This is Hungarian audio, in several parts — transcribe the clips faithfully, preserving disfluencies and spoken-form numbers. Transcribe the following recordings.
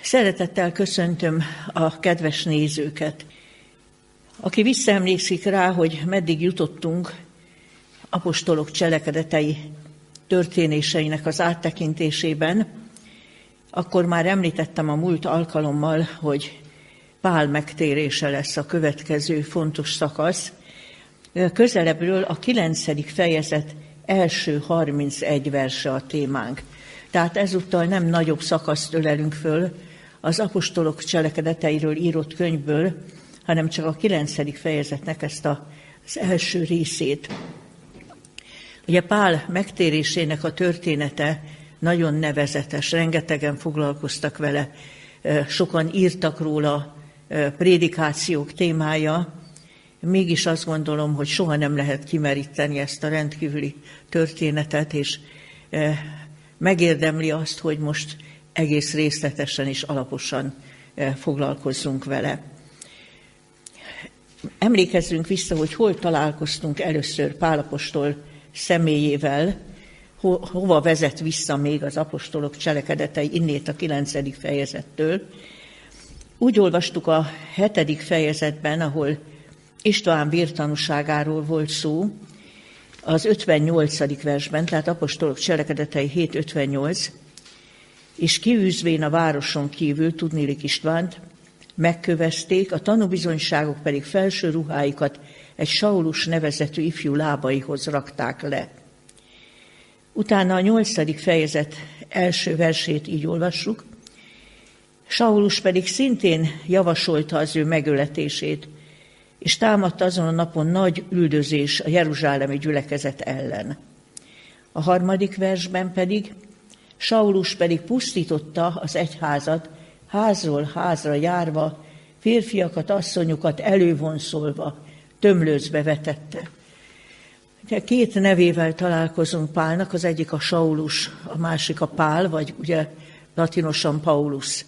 Szeretettel köszöntöm a kedves nézőket. Aki visszaemlékszik rá, hogy meddig jutottunk apostolok cselekedetei történéseinek az áttekintésében, akkor már említettem a múlt alkalommal, hogy Pál megtérése lesz a következő fontos szakasz. Közelebbről a kilencedik fejezet első harmincegy verse a témánk. Tehát ezúttal nem nagyobb szakaszt ölelünk föl az apostolok cselekedeteiről írott könyvből, hanem csak a kilencedik fejezetnek ezt az első részét. Ugye Pál megtérésének a története nagyon nevezetes, rengetegen foglalkoztak vele, sokan írtak róla, prédikációk témája, mégis azt gondolom, hogy soha nem lehet kimeríteni ezt a rendkívüli történetet, és megérdemli azt, hogy most egész részletesen és alaposan foglalkozzunk vele. Emlékezzünk vissza, hogy hol találkoztunk először Pál apostol személyével, ho- hova vezet vissza még az apostolok cselekedetei innét a kilencedik fejezettől. Úgy olvastuk a hetedik fejezetben, ahol István vértanúságáról volt szó, az ötvennyolcadik versben, tehát apostolok cselekedetei hét ötvennyolc, és kiűzvén a városon kívül, tudniillik Istvánt, megkövezték, a tanúbizonyságok pedig felső ruháikat egy Saulus nevezetű ifjú lábaihoz rakták le. Utána a nyolcadik fejezet első versét így olvassuk, Saulus pedig szintén javasolta az ő megöletését, és támadt azon a napon nagy üldözés a jeruzsálemi gyülekezet ellen. A harmadik versben pedig Saulus pedig pusztította az egyházat, házról házra járva, férfiakat, asszonyokat elővonszolva, tömlőcbe vetette. Két nevével találkozunk Pálnak, az egyik a Saulus, a másik a Pál, vagy ugye latinosan Paulus.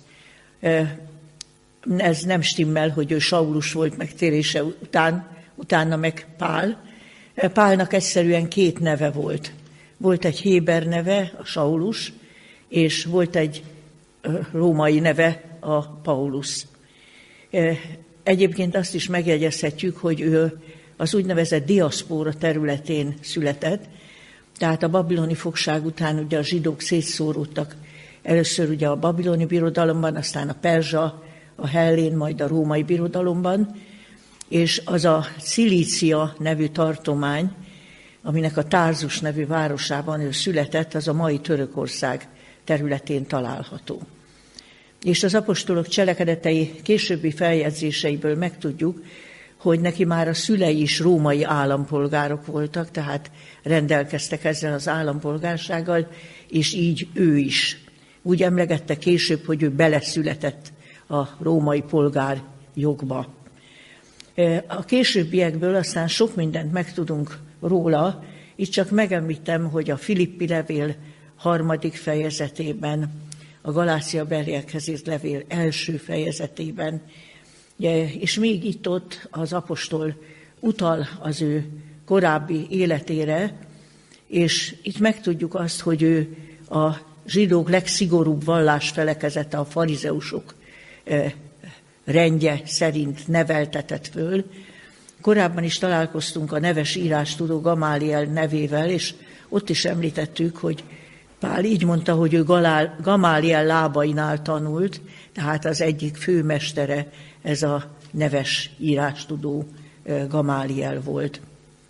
Ez nem stimmel, hogy ő Saulus volt megtérése után, utána meg Pál. Pálnak egyszerűen két neve volt. Volt egy héber neve, a Saulus, és volt egy római neve, a Paulus. Egyébként azt is megjegyezhetjük, hogy ő az úgynevezett diaszpóra területén született, tehát a babiloni fogság után ugye a zsidók szétszóródtak, először ugye a babiloni birodalomban, aztán a perzsa, a hellén, majd a római birodalomban, és az a Cilícia nevű tartomány, aminek a Tarzus nevű városában ő született, az a mai Törökország területén található. És az apostolok cselekedetei későbbi feljegyzéseiből megtudjuk, hogy neki már a szülei is római állampolgárok voltak, tehát rendelkeztek ezzel az állampolgársággal, és így ő is. Úgy emlegette később, hogy ő beleszületett a római polgárjogba. A későbbiekből aztán sok mindent megtudunk róla, itt csak megemlítem, hogy a Filippi levél harmadik fejezetében, a Galácia beliekhez írt levél első fejezetében, és még itt-ott az apostol utal az ő korábbi életére, és itt megtudjuk azt, hogy ő a zsidók legszigorúbb vallásfelekezete, a farizeusok rendje szerint neveltetett föl. Korábban is találkoztunk a neves írástudó Gamáliel nevével, és ott is említettük, hogy Pál így mondta, hogy ő Gamáliel lábainál tanult, tehát az egyik főmestere ez a neves írástudó Gamáliel volt.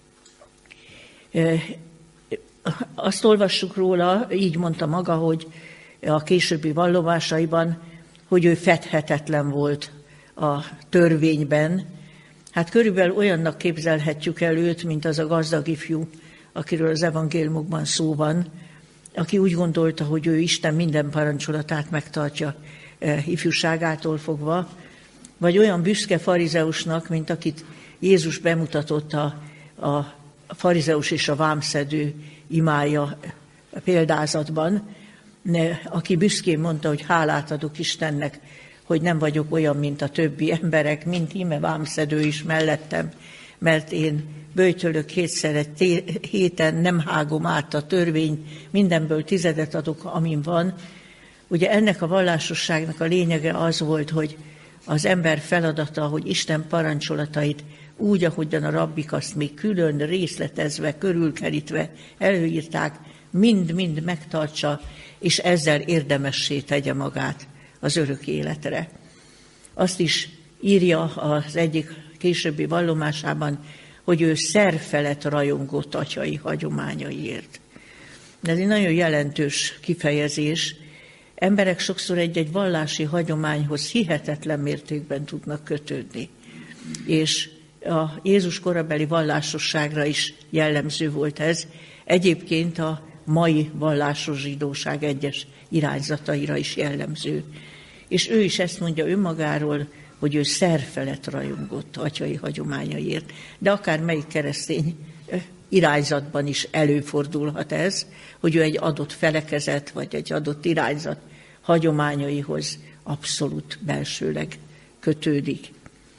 Azt olvassuk róla, így mondta maga, hogy a későbbi vallomásaiban, hogy ő fedhetetlen volt a törvényben. Hát körülbelül olyannak képzelhetjük el őt, mint az a gazdag ifjú, akiről az evangéliumokban szó van, aki úgy gondolta, hogy ő Isten minden parancsolatát megtartja ifjúságától fogva, vagy olyan büszke farizeusnak, mint akit Jézus bemutatott a, a farizeus és a vámszedő imája példázatban, aki büszkén mondta, hogy hálát adok Istennek, hogy nem vagyok olyan, mint a többi emberek, mint íme vámszedő is mellettem, mert én böjtölök hétszer egy héten, nem hágom át a törvény, mindenből tizedet adok, amin van. Ugye ennek a vallásosságnak a lényege az volt, hogy az ember feladata, hogy Isten parancsolatait úgy, ahogyan a rabbik azt még külön részletezve, körülkerítve előírták, mind-mind megtartsa, és ezzel érdemessé tegye magát az örök életre. Azt is írja az egyik későbbi vallomásában, hogy ő szerfelett rajongott atyai hagyományaiért. Ez egy nagyon jelentős kifejezés. Emberek sokszor egy-egy vallási hagyományhoz hihetetlen mértékben tudnak kötődni. És a Jézus korabeli vallásosságra is jellemző volt ez. Egyébként a mai vallásos zsidóság egyes irányzataira is jellemző. És ő is ezt mondja önmagáról, hogy ő szerfelett rajongott atyai hagyományaiért. De akár melyik keresztény irányzatban is előfordulhat ez, hogy ő egy adott felekezet, vagy egy adott irányzat hagyományaihoz abszolút belsőleg kötődik.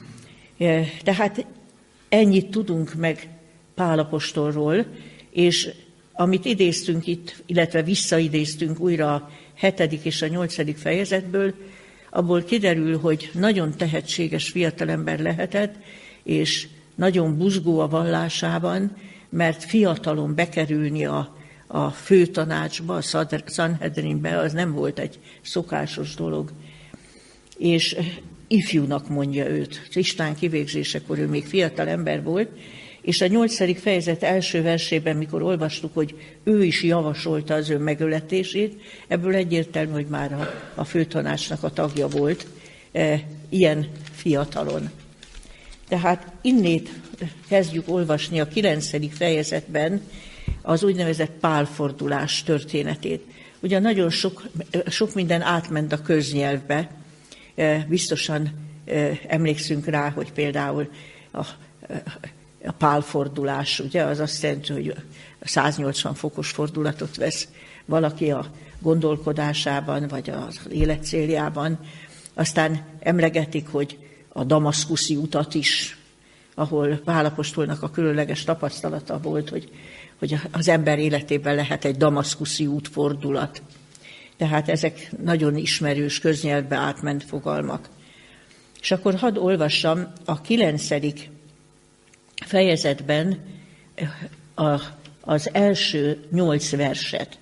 Tehát ennyit tudunk meg Pál apostolról, és amit idéztünk itt, illetve visszaidéztünk újra a hetedik és a nyolcadik fejezetből, abból kiderül, hogy nagyon tehetséges fiatalember lehetett, és nagyon buzgó a vallásában, mert fiatalon bekerülni a, a főtanácsba, a Sanhedrinbe, az nem volt egy szokásos dolog. És ifjúnak mondja őt. Az István kivégzésekor ő még fiatal ember volt, és a nyolcadik fejezet első versében, mikor olvastuk, hogy ő is javasolta az ő megöletését, ebből egyértelmű, hogy már a, a főtanácsnak a tagja volt, e, ilyen fiatalon. Tehát innét kezdjük olvasni a kilencedik fejezetben az úgynevezett pálfordulás történetét. Ugye nagyon sok, sok minden átment a köznyelvbe, e, biztosan e, emlékszünk rá, hogy például a A pálfordulás, ugye, az azt jelenti, hogy száznyolcvan fokos fordulatot vesz valaki a gondolkodásában, vagy az életcéljában. Aztán emlegetik, hogy a damaszkuszi utat is, ahol Pál apostolnak a különleges tapasztalata volt, hogy, hogy az ember életében lehet egy damaszkuszi útfordulat. Tehát ezek nagyon ismerős, köznyelvbe átment fogalmak. És akkor hadd olvassam a kilencedik fejezetben a, az első nyolc verset.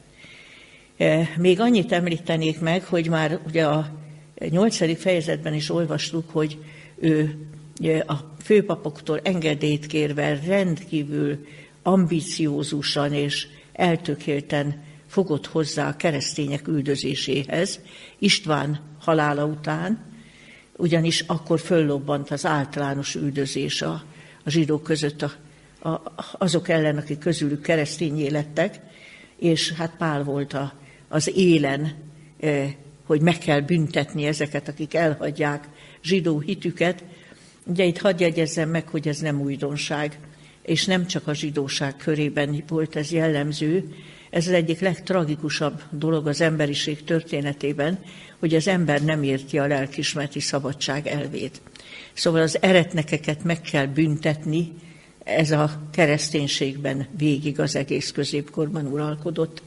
Még annyit említenék meg, hogy már ugye a nyolcadik fejezetben is olvastuk, hogy ő a főpapoktól engedélyt kérve rendkívül ambiciózusan és eltökélten fogott hozzá a keresztények üldözéséhez, István halála után, ugyanis akkor föllobbant az általános üldözés a a zsidók között a, a, azok ellen, akik közülük keresztényé lettek, és hát Pál volt a, az élen, eh, hogy meg kell büntetni ezeket, akik elhagyják zsidó hitüket. Ugye itt hadd jegyezzem meg, hogy ez nem újdonság, és nem csak a zsidóság körében volt ez jellemző. Ez az egyik legtragikusabb dolog az emberiség történetében, hogy az ember nem érti a lelkiismereti szabadság elvét. Szóval az eretnekeket meg kell büntetni, ez a kereszténységben végig az egész középkorban uralkodott,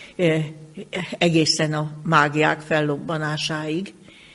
egészen a mágiák fellobbanásáig,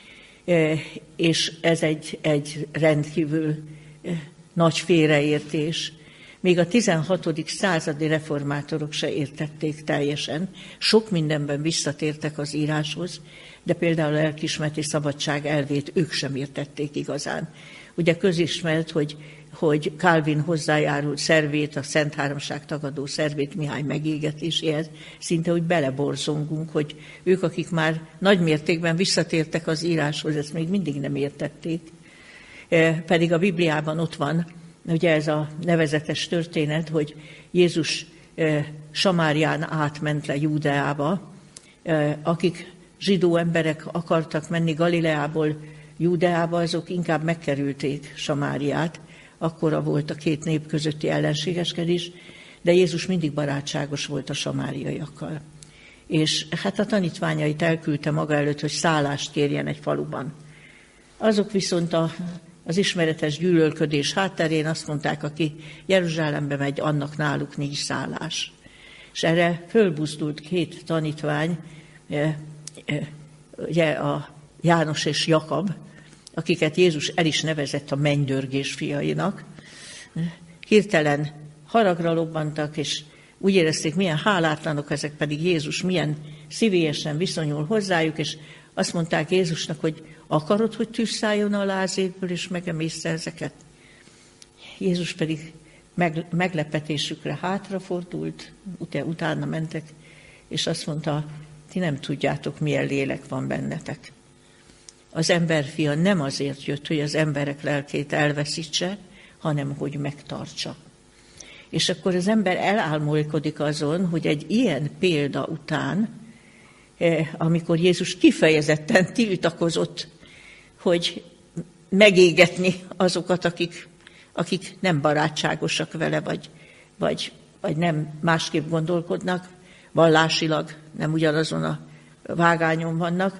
és ez egy, egy rendkívül nagy félreértés. Még a tizenhatodik századi reformátorok se értették teljesen, sok mindenben visszatértek az íráshoz, de például a lelkiismereti szabadság elvét ők sem értették igazán. Ugye közismert, hogy, hogy Calvin hozzájárult szervét, a Szent Háromság tagadó szervét Mihály megégetéséhez, szinte úgy beleborzongunk, hogy ők, akik már nagy mértékben visszatértek az íráshoz, ezt még mindig nem értették. Pedig a Bibliában ott van, ugye ez a nevezetes történet, hogy Jézus Samárián átment le Júdeába, akik zsidó emberek akartak menni Galileából Júdeába, azok inkább megkerülték Samáriát, akkora volt a két nép közötti ellenségeskedés, de Jézus mindig barátságos volt a samáriaiakkal. És hát a tanítványait elküldte maga előtt, hogy szállást kérjen egy faluban. Azok viszont a, az ismeretes gyűlölködés hátterén azt mondták, aki Jeruzsálembe megy, annak náluk nincs szállás. És erre fölbuzdult két tanítvány, ugye a János és Jakab, akiket Jézus el is nevezett a mennydörgés fiainak, hirtelen haragra lobbantak, és úgy érezték, milyen hálátlanok ezek, pedig Jézus milyen szívélyesen viszonyul hozzájuk, és azt mondták Jézusnak, hogy akarod, hogy tűz szálljon a lázékből, és megemészte ezeket? Jézus pedig meg, meglepetésükre hátrafordult, ut- utána mentek, és azt mondta, ti nem tudjátok, milyen lélek van bennetek. Az emberfia nem azért jött, hogy az emberek lelkét elveszítse, hanem hogy megtartsa. És akkor az ember elálmodikodik azon, hogy egy ilyen példa után, amikor Jézus kifejezetten tiltakozott, hogy megégetni azokat, akik, akik nem barátságosak vele, vagy, vagy, vagy nem másképp gondolkodnak, vallásilag nem ugyanazon a vágányon vannak,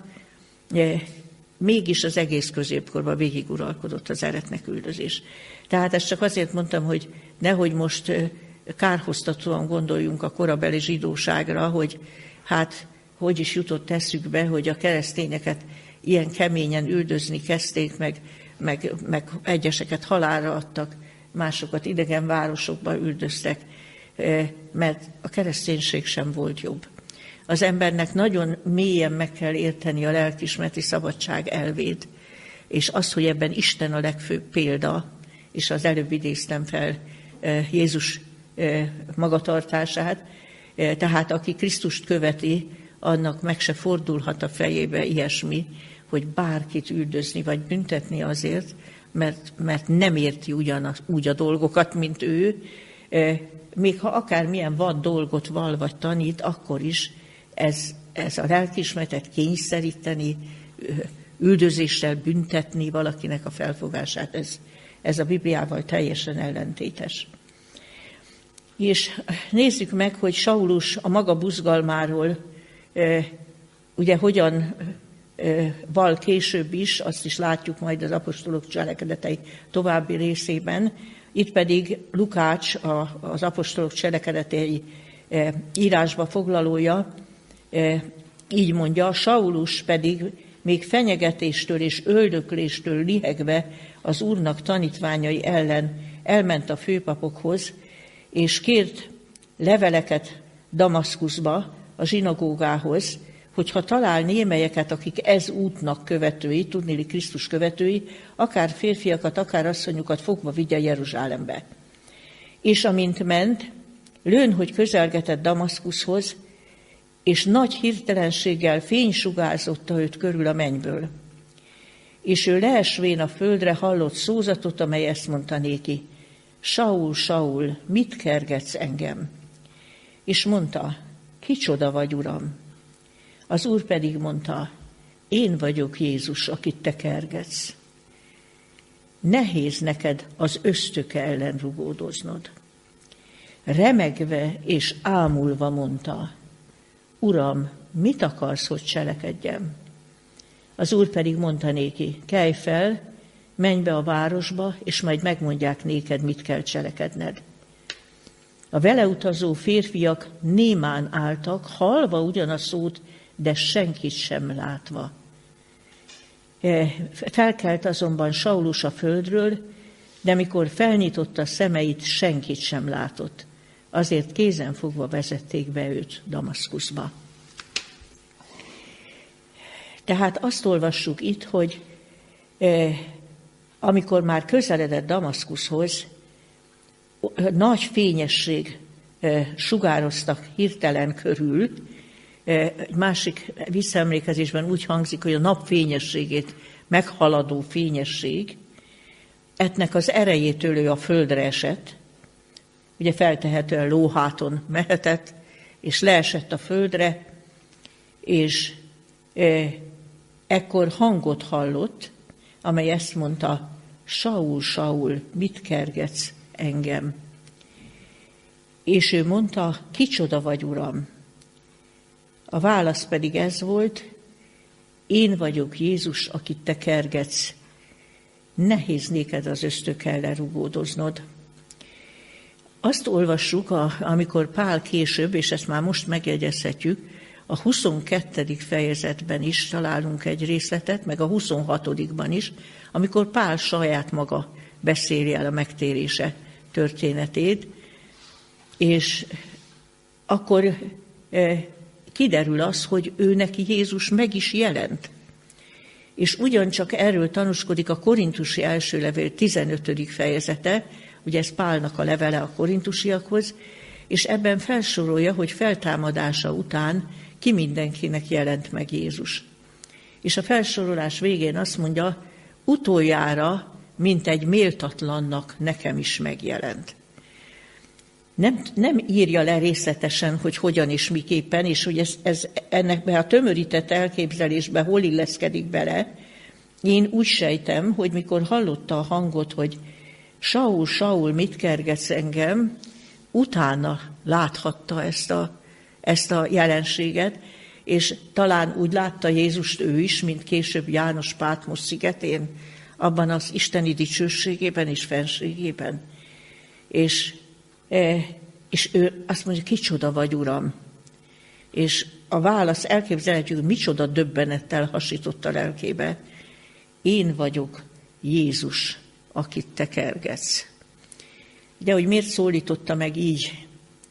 mégis az egész középkorban végiguralkodott az eretneküldözés. Tehát ezt csak azért mondtam, hogy nehogy most kárhoztatóan gondoljunk a korabeli zsidóságra, hogy hát hogy is jutott eszükbe, hogy a keresztényeket ilyen keményen üldözni kezdték, meg, meg, meg egyeseket halálra adtak, másokat idegen városokba üldöztek, mert a kereszténység sem volt jobb. Az embernek nagyon mélyen meg kell érteni a lelkiismereti szabadság elvét, és az, hogy ebben Isten a legfőbb példa, és az előbb idéztem fel Jézus magatartását, tehát aki Krisztust követi, annak meg se fordulhat a fejébe ilyesmi, hogy bárkit üldözni vagy büntetni azért, mert, mert nem érti ugyanaz, úgy a dolgokat, mint ő, még ha akármilyen vad dolgot val vagy tanít, akkor is ez, ez a lelkiismeretet kényszeríteni, üldözéssel büntetni valakinek a felfogását, ez, ez a Bibliával teljesen ellentétes. És nézzük meg, hogy Saulus a maga buzgalmáról ugye hogyan val később is, azt is látjuk majd az apostolok cselekedetei további részében. Itt pedig Lukács, az apostolok cselekedetei írásba foglalója, így mondja, Saulus pedig még fenyegetéstől és öldökléstől lihegve az Úrnak tanítványai ellen elment a főpapokhoz, és kért leveleket Damaszkuszba, a zsinagógához, hogyha talál némelyeket, akik ez útnak követői, tudnéli Krisztus követői, akár férfiakat, akár asszonyokat fogva vigye Jeruzsálembe. És amint ment, lőn, hogy közelgetett Damaszkuszhoz, és nagy hirtelenséggel fény sugárzotta őt körül a mennyből. És ő leesvén a földre hallott szózatot, amely ezt mondta néki, Saul, Saul, mit kergetsz engem? És mondta, kicsoda vagy, Uram? Az Úr pedig mondta, én vagyok Jézus, akit te kergetsz. Nehéz neked az ösztöke ellen rugódoznod. Remegve és ámulva mondta, Uram, mit akarsz, hogy cselekedjem? Az Úr pedig mondta néki, kelj fel, menj be a városba, és majd megmondják néked, mit kell cselekedned. A vele utazó férfiak némán álltak, hallva ugyan a szót, de senkit sem látva. Felkelt azonban Saulus a földről, de mikor felnyitotta szemeit, senkit sem látott. Azért kézenfogva vezették be őt Damaszkuszba. Tehát azt olvassuk itt, hogy eh, amikor már közeledett Damaszkuszhoz, nagy fényesség eh, sugároztak hirtelen körül. Eh, egy másik visszaemlékezésben úgy hangzik, hogy a nap fényességét meghaladó fényesség, ennek az erejétől ő a földre esett, ugye feltehetően lóháton mehetett, és leesett a földre, és e, ekkor hangot hallott, amely ezt mondta, Saul, Saul, mit kergetsz engem? És ő mondta, kicsoda vagy, Uram? A válasz pedig ez volt, én vagyok Jézus, akit te kergetsz. Nehéz néked az ösztök ellen rugódoznod. Azt olvassuk, amikor Pál később, és ezt már most megjegyezhetjük, A huszonkettedik fejezetben is találunk egy részletet, meg a huszonhatodikban is, amikor Pál saját maga beszéli el a megtérése történetét, és akkor kiderül az, hogy ő neki Jézus meg is jelent. És ugyancsak erről tanúskodik a Korintusi első levél tizenötödik fejezete, ugye ez Pálnak a levele a korintusiakhoz, és ebben felsorolja, hogy feltámadása után ki mindenkinek jelent meg Jézus. És a felsorolás végén azt mondja, utoljára, mint egy méltatlannak nekem is megjelent. Nem, nem írja le részletesen, hogy hogyan és miképpen, és hogy ez, ez ennek a tömörített elképzelésben hol illeszkedik bele. Én úgy sejtem, hogy mikor hallotta a hangot, hogy Saul, Saul, mit kergetsz engem, utána láthatta ezt a, ezt a jelenséget, és talán úgy látta Jézust ő is, mint később János Pátmos szigetén, abban az isteni dicsőségében és fenségében. És, és ő azt mondja, kicsoda vagy, Uram. És a válasz elképzelhetjük, hogy micsoda döbbenettel hasított a lelkébe. Én vagyok Jézus, akit te kergetsz. De hogy miért szólította meg így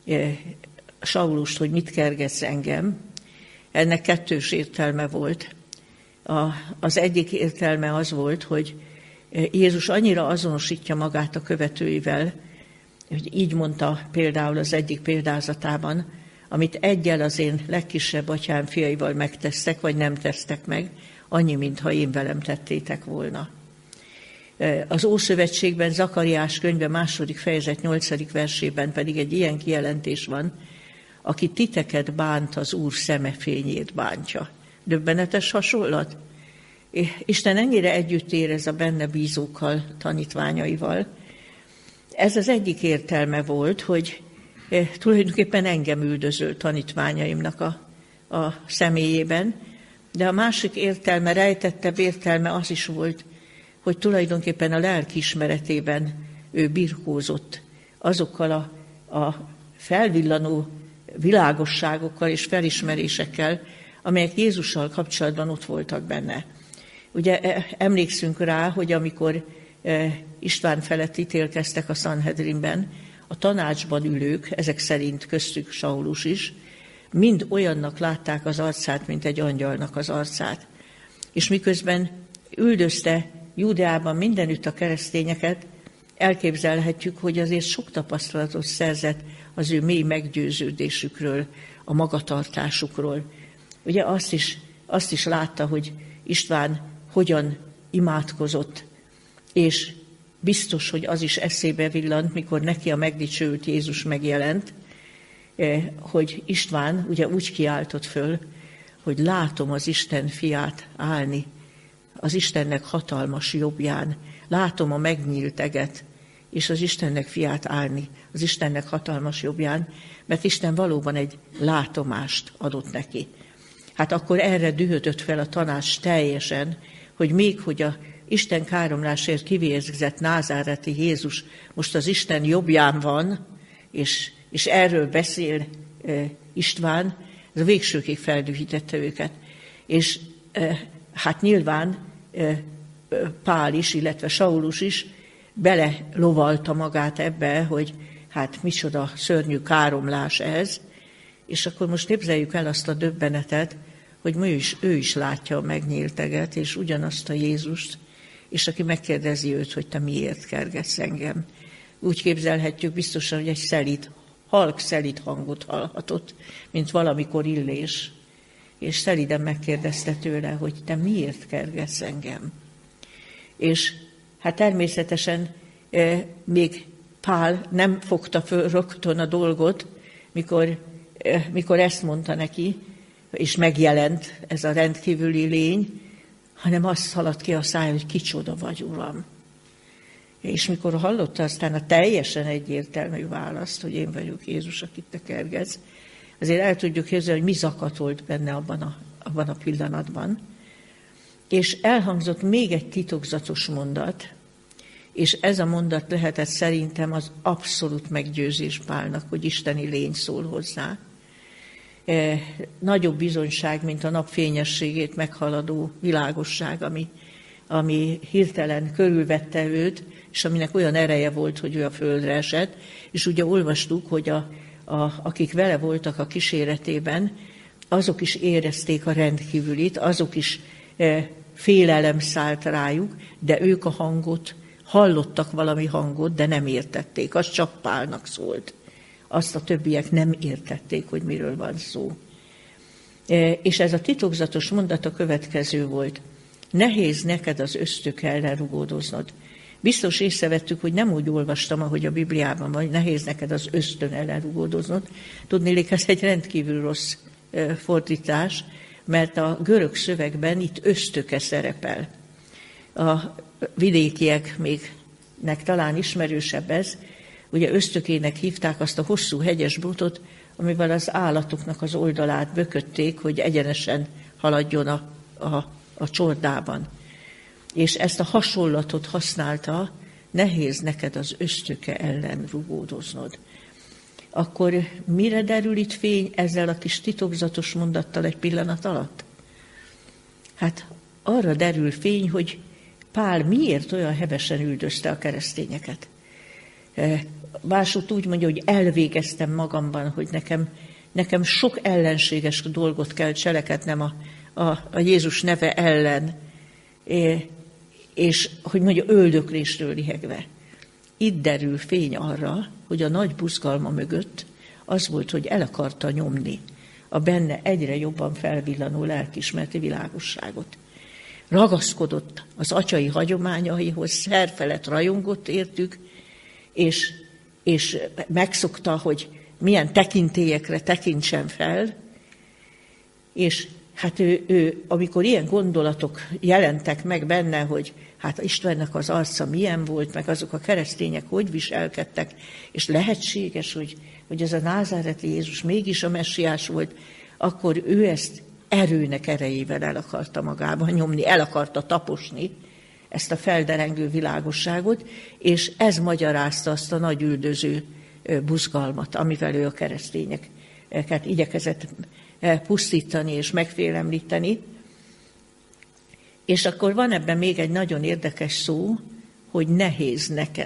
Saulust, hogy mit kergetsz engem, ennek kettős értelme volt. A, az egyik értelme az volt, hogy Jézus annyira azonosítja magát a követőivel, hogy így mondta például az egyik példázatában, amit egyel az én legkisebb atyám fiaival megtesztek, vagy nem tesztek meg, annyi, mintha én velem tettétek volna. Az Ószövetségben, Zakariás könyve második fejezet nyolcadik versében pedig egy ilyen kijelentés van, aki titeket bánt, az Úr szemefényét bántja. Döbbenetes hasonlat. Isten ennyire együtt érez a benne bízókkal, tanítványaival. Ez az egyik értelme volt, hogy tulajdonképpen engem üldöző tanítványaimnak a, a személyében, de a másik értelme, rejtettebb értelme az is volt, hogy tulajdonképpen a lelkiismeretében ő birkózott azokkal a, a felvillanó világosságokkal és felismerésekkel, amelyek Jézussal kapcsolatban ott voltak benne. Ugye emlékszünk rá, hogy amikor István felett ítélkeztek a Sanhedrinben, a tanácsban ülők, ezek szerint köztük Saulus is, mind olyannak látták az arcát, mint egy angyalnak az arcát. És miközben üldözte Júdeában mindenütt a keresztényeket, elképzelhetjük, hogy azért sok tapasztalatot szerzett az ő mély meggyőződésükről, a magatartásukról. Ugye azt is, azt is látta, hogy István hogyan imádkozott, és biztos, hogy az is eszébe villant, mikor neki a megdicsőült Jézus megjelent, hogy István ugye úgy kiáltott föl, hogy látom az Isten fiát állni, az Istennek hatalmas jobbján, látom a megnyílt eget, és az Istennek fiát állni, az Istennek hatalmas jobbján, mert Isten valóban egy látomást adott neki. Hát akkor erre dühödött fel a tanács teljesen, hogy még hogy a Isten káromlásért kivégzett názáreti Jézus most az Isten jobbján van, és, és erről beszél e, István, ez a végsőkig feldühítette őket. És e, hát nyilván e, Pál is, illetve Saulus is belelovalta magát ebbe, hogy hát micsoda szörnyű káromlás ez, és akkor most képzeljük el azt a döbbenetet, hogy ő is, ő is látja a megnyílt eget, és ugyanazt a Jézust, és aki megkérdezi őt, hogy te miért kergetsz engem. Úgy képzelhetjük biztosan, hogy egy szelíd, halk szelíd hangot hallhatott, mint valamikor Illés, és szelíden megkérdezte tőle, hogy te miért kergetsz engem. És hát természetesen e, még Pál nem fogta föl rögtön a dolgot, mikor, e, mikor ezt mondta neki, és megjelent ez a rendkívüli lény, hanem azt szaladt ki a száj, hogy kicsoda vagy, Uram. És mikor hallotta aztán a teljesen egyértelmű választ, hogy én vagyok Jézus, akit te kergetsz, azért el tudjuk képzelni, hogy mi zakatolt benne abban a, abban a pillanatban. És elhangzott még egy titokzatos mondat, és ez a mondat lehetett szerintem az abszolút meggyőzés Pálnak, hogy isteni lény szól hozzá. nagyobb bizonyság, mint a nap fényességét meghaladó világosság, ami, ami hirtelen körülvette őt, és aminek olyan ereje volt, hogy ő a földre esett. És ugye olvastuk, hogy a, a, akik vele voltak a kíséretében, azok is érezték a rendkívülit, azok is e, félelem szállt rájuk, de ők a hangot, hallottak valami hangot, de nem értették, az csak Pálnak szólt. Azt a többiek nem értették, hogy miről van szó. E, és ez a titokzatos mondat a következő volt. Nehéz neked az ösztök ellen rugódoznod. Biztos észrevettük, hogy nem úgy olvastam, ahogy a Bibliában van, hogy nehéz neked az ösztön ellen rugódoznod. Tudnélik, ez egy rendkívül rossz fordítás, mert a görög szövegben itt ösztöke szerepel. A vidékiek mégnek talán ismerősebb ez, ugye ösztökének hívták azt a hosszú hegyes botot, amivel az állatoknak az oldalát bökötték, hogy egyenesen haladjon a, a, a csordában. És ezt a hasonlatot használta, nehéz neked az ösztöke ellen rugódoznod. Akkor mire derül itt fény ezzel a kis titokzatos mondattal egy pillanat alatt? Hát arra derül fény, hogy Pál miért olyan hevesen üldözte a keresztényeket. Másút úgy mondja, hogy elvégeztem magamban, hogy nekem, nekem sok ellenséges dolgot kell cselekednem a, a, a Jézus neve ellen, és hogy mondja, öldöklésről lihegve. Itt derül fény arra, hogy a nagy buzgalma mögött az volt, hogy el akarta nyomni a benne egyre jobban felvillanó lelkiismereti világosságot. Ragaszkodott az atyai hagyományaihoz, szerfelett rajongott értük, és, és megszokta, hogy milyen tekintélyekre tekintsen fel, és hát ő, ő, amikor ilyen gondolatok jelentek meg benne, hogy hát Istennek az arca milyen volt, meg azok a keresztények hogy viselkedtek, és lehetséges, hogy, hogy ez a názáreti Jézus mégis a messiás volt, akkor ő ezt erőnek erejével el akarta magában nyomni, el akarta taposni ezt a felderengő világosságot, és ez magyarázta azt a nagy üldöző buzgalmat, amivel ő a keresztényeket igyekezett pusztítani és megfélemlíteni. És akkor van ebben még egy nagyon érdekes szó, hogy nehéz neked.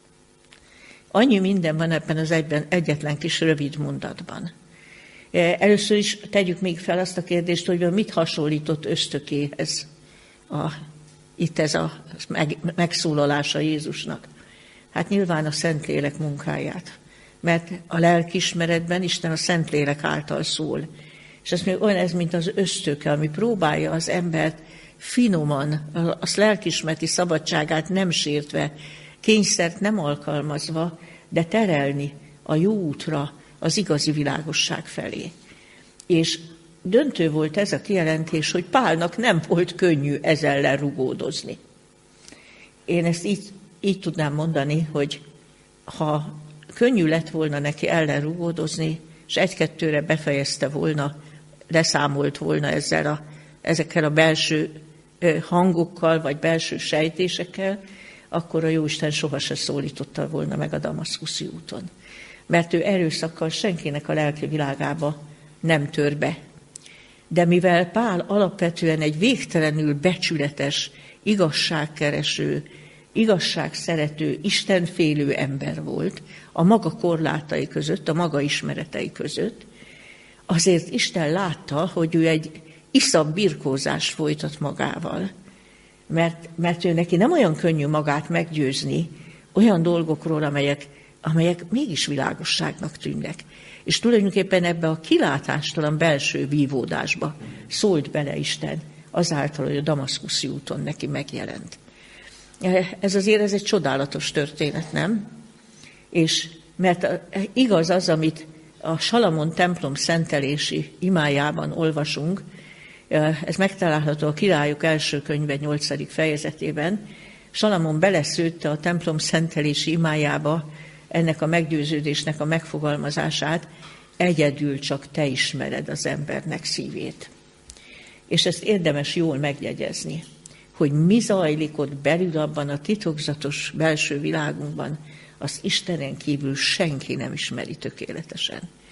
Annyi minden van ebben az egyben, egyetlen kis rövid mondatban. Először is tegyük még fel azt a kérdést, hogy mit hasonlított ösztökéhez a, itt ez a meg, megszólalása Jézusnak. Hát nyilván a Szentlélek munkáját, mert a lelkiismeretben Isten a Szentlélek által szól. És ez még olyan ez, mint az ösztöke, ami próbálja az embert finoman, a lelkiismereti szabadságát nem sértve, kényszert nem alkalmazva, de terelni a jó útra, az igazi világosság felé. És döntő volt ez a kijelentés, hogy Pálnak nem volt könnyű ez ellen rugódozni. Én ezt így, így tudnám mondani, hogy ha könnyű lett volna neki ellen rugódozni, és egy-kettőre befejezte volna, leszámolt volna ezzel a, ezekkel a belső hangokkal, vagy belső sejtésekkel, akkor a Jóisten sohasem szólította volna meg a damaszkuszi úton. Mert ő erőszakkal senkinek a lelki világába nem tör be. De mivel Pál alapvetően egy végtelenül becsületes, igazságkereső, igazságszerető, istenfélő ember volt, a maga korlátai között, a maga ismeretei között, azért Isten látta, hogy ő egy iszabb birkózást folytat magával, mert, mert ő neki nem olyan könnyű magát meggyőzni olyan dolgokról, amelyek, amelyek mégis világosságnak tűnnek. És tulajdonképpen ebbe a kilátástalan belső vívódásba szólt bele Isten azáltal, hogy a damaszkuszi úton neki megjelent. Ez azért ez egy csodálatos történet, nem? És mert igaz az, amit a Salamon templom szentelési imájában olvasunk, ez megtalálható a Királyok első könyve nyolcadik fejezetében. Salamon beleszőtte a templom szentelési imájába ennek a meggyőződésnek a megfogalmazását, egyedül csak te ismered az embernek szívét. És ezt érdemes jól megjegyezni, hogy mi zajlik ott belül abban a titokzatos belső világunkban, azt Istenen kívül senki nem ismeri tökéletesen.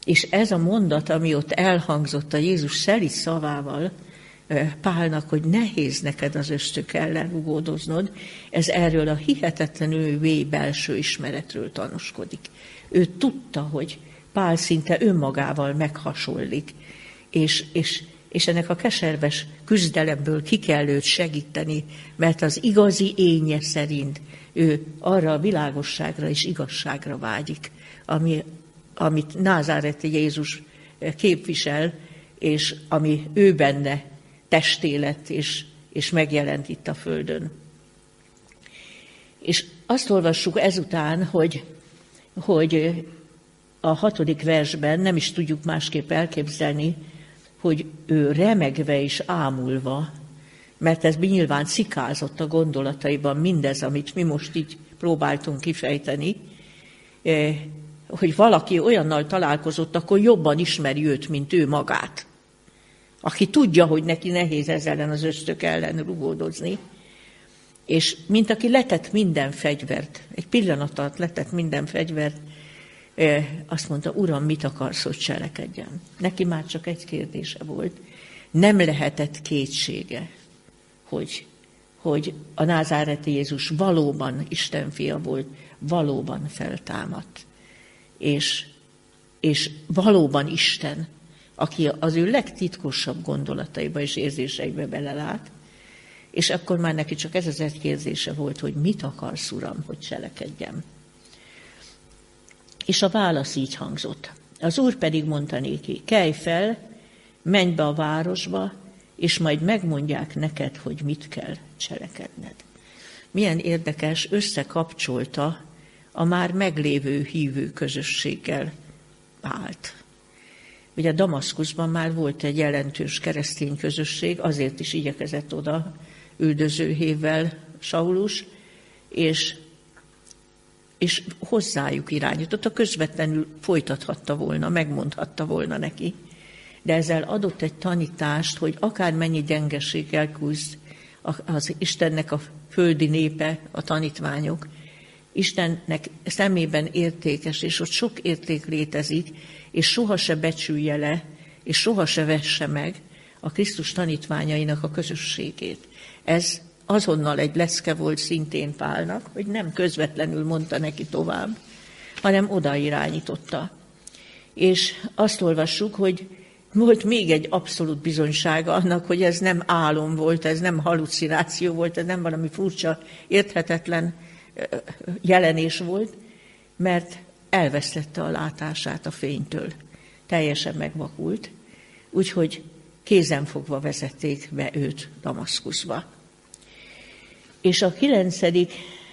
És ez a mondat, ami ott elhangzott a Jézus szelíd szavával Pálnak, hogy nehéz neked az ösztök ellen rugódoznod, ez erről a hihetetlenül mély belső ismeretről tanúskodik. Ő tudta, hogy Pál szinte önmagával meghasonlik, és, és, és ennek a keserves küzdelemből ki kell őt segíteni, mert az igazi énje szerint ő arra a világosságra és igazságra vágyik, ami, amit názáreti Jézus képvisel, és ami ő benne testé lett, és, és megjelent itt a földön. És azt olvassuk ezután, hogy, hogy a hatodik versben nem is tudjuk másképp elképzelni, hogy ő remegve és ámulva, mert ez nyilván szikázott a gondolataiban mindez, amit mi most így próbáltunk kifejteni, hogy valaki olyannal találkozott, akkor jobban ismeri őt, mint ő magát. Aki tudja, hogy neki nehéz ezzel ellen az ösztök ellen rugódozni, és mint aki letett minden fegyvert, egy pillanat alatt letett minden fegyvert, azt mondta, Uram, mit akarsz, hogy cselekedjem? Neki már csak egy kérdése volt. Nem lehetett kétsége, hogy, hogy a názáreti Jézus valóban Isten fia volt, valóban feltámadt, és, és valóban Isten, aki az ő legtitkosabb gondolataiba és érzéseibe belelát, és akkor már neki csak ez az egy kérdése volt, hogy mit akarsz, Uram, hogy cselekedjem. És a válasz így hangzott. Az Úr pedig mondta néki, kelj fel, menj be a városba, és majd megmondják neked, hogy mit kell cselekedned. Milyen érdekes, összekapcsolta a már meglévő hívő közösséggel Pált. Ugye Damaszkuszban már volt egy jelentős keresztény közösség, azért is igyekezett oda üldözőhévvel Saulus, és, és hozzájuk irányította, közvetlenül folytathatta volna, megmondhatta volna neki. De ezzel adott egy tanítást, hogy akármennyi gyengeséggel küzd az Istennek a földi népe, a tanítványok, Istennek szemében értékes, és ott sok érték létezik, és soha se becsülje le, és soha se vesse meg a Krisztus tanítványainak a közösségét. Ez azonnal egy leszke volt szintén Pálnak, hogy nem közvetlenül mondta neki tovább, hanem oda irányította. És azt olvassuk, hogy volt még egy abszolút bizonysága annak, hogy ez nem álom volt, ez nem hallucináció volt, ez nem valami furcsa, érthetetlen jelenés volt, mert elvesztette a látását a fénytől. Teljesen megvakult, úgyhogy kézenfogva vezették be őt Damaszkuszba. És a kilencedik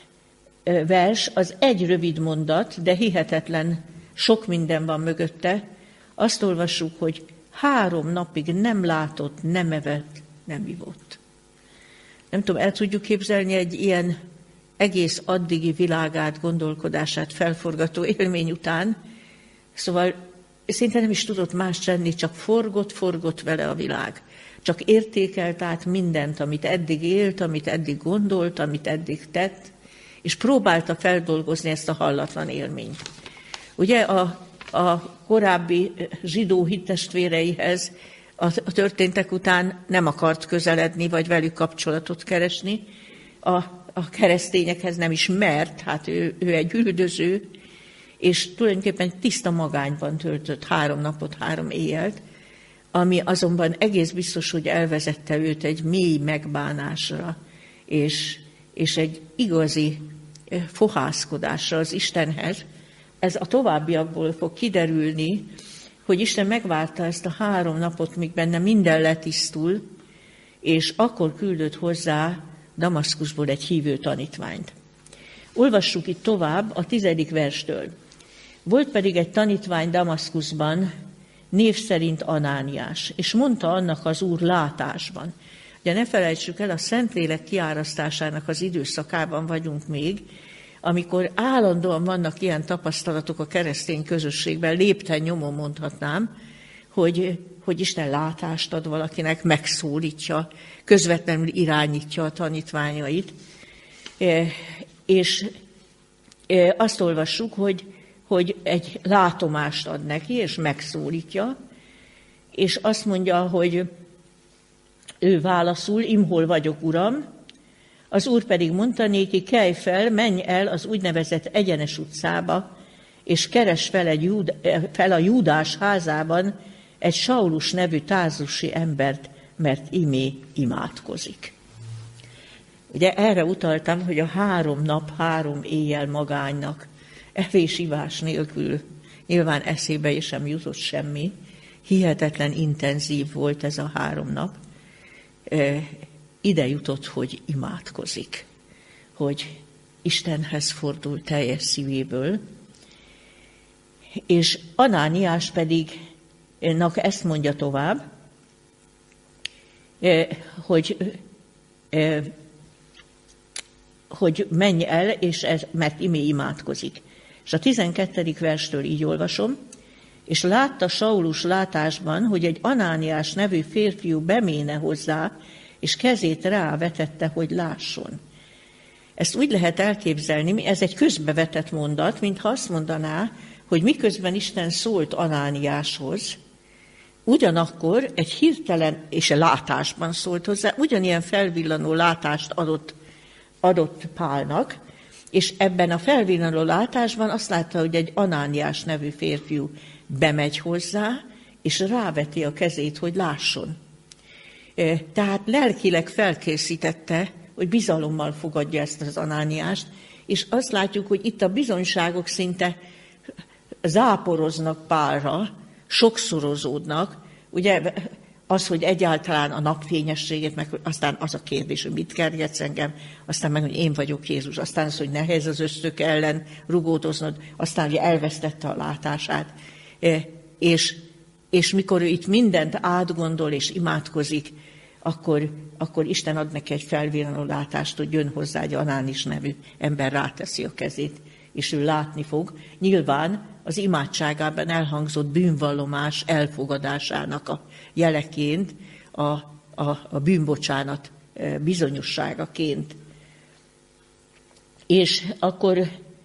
vers az egy rövid mondat, de hihetetlen sok minden van mögötte. Azt olvassuk, hogy három napig nem látott, nem evett, nem ivott. Nem tudom, el tudjuk képzelni egy ilyen egész addigi világát, gondolkodását felforgató élmény után. Szóval szinte nem is tudott más tenni, csak forgott, forgott vele a világ. Csak értékelt át mindent, amit eddig élt, amit eddig gondolt, amit eddig tett, és próbálta feldolgozni ezt a hallatlan élményt. Ugye a, a korábbi zsidó hittestvéreihez a történtek után nem akart közeledni, vagy velük kapcsolatot keresni. A, a keresztényekhez nem is mert, hát ő, ő egy üldöző, és tulajdonképpen tiszta magányban töltött három napot, három éjjelt, ami azonban egész biztos, hogy elvezette őt egy mély megbánásra, és, és egy igazi fohászkodásra az Istenhez. Ez a továbbiakból fog kiderülni, hogy Isten megvárta ezt a három napot, míg benne minden letisztul, és akkor küldött hozzá Damaszkuszból egy hívő tanítványt. Olvassuk itt tovább a tizedik verstől. Volt pedig egy tanítvány Damaszkuszban, név szerint Anániás, és mondta annak az Úr látásban. Ugye ne felejtsük el, a Szentlélek kiárasztásának az időszakában vagyunk még, amikor állandóan vannak ilyen tapasztalatok a keresztény közösségben, lépten nyomon mondhatnám, hogy, hogy Isten látást ad valakinek, megszólítja, közvetlenül irányítja a tanítványait. És azt olvassuk, hogy hogy egy látomást ad neki, és megszólítja, és azt mondja, hogy ő válaszul, imhol vagyok, Uram, az Úr pedig mondta néki, kelj fel, menj el az úgynevezett Egyenes utcába, és keresd fel, egy Júd, fel a Júdás házában egy Saulus nevű tárzusi embert, mert imé imádkozik. Ugye erre utaltam, hogy a három nap, három éjjel magánynak, evés-ivás nélkül, nyilván eszébe sem jutott semmi, hihetetlen intenzív volt ez a három nap, ide jutott, hogy imádkozik, hogy Istenhez fordul teljes szívéből, és Anániás pedig ezt mondja tovább, hogy, hogy menj el, és ez, mert imé imádkozik. És a tizenkettedik verstől így olvasom, és látta Saulus látásban, hogy egy Anániás nevű férfiú beméne hozzá, és kezét rávetette, hogy lásson. Ezt úgy lehet elképzelni, ez egy közbevetett mondat, mintha azt mondaná, hogy miközben Isten szólt Anániáshoz, ugyanakkor egy hirtelen, és a látásban szólt hozzá, ugyanilyen felvillanó látást adott, adott Pálnak, és ebben a felvillanó látásban azt látta, hogy egy Anániás nevű férfiú bemegy hozzá, és ráveti a kezét, hogy lásson. Tehát lelkileg felkészítette, hogy bizalommal fogadja ezt az Anániást, és azt látjuk, hogy itt a bizonyságok szinte záporoznak Pálra, sokszorozódnak. Ugye az, hogy egyáltalán a napfényességét, meg aztán az a kérdés, hogy mit kergetsz engem, aztán meg, hogy én vagyok Jézus, aztán az, hogy nehéz az ösztök ellen rugódoznod, aztán, hogy elvesztette a látását. És, és mikor ő itt mindent átgondol és imádkozik, akkor, akkor Isten ad neki egy felvillanó látást, hogy jön hozzá egy Anánis nevű ember, ráteszi a kezét, és ő látni fog. Nyilván az imádságában elhangzott bűnvallomás elfogadásának a jeleként, a, a, a bűnbocsánat bizonyosságaként. És akkor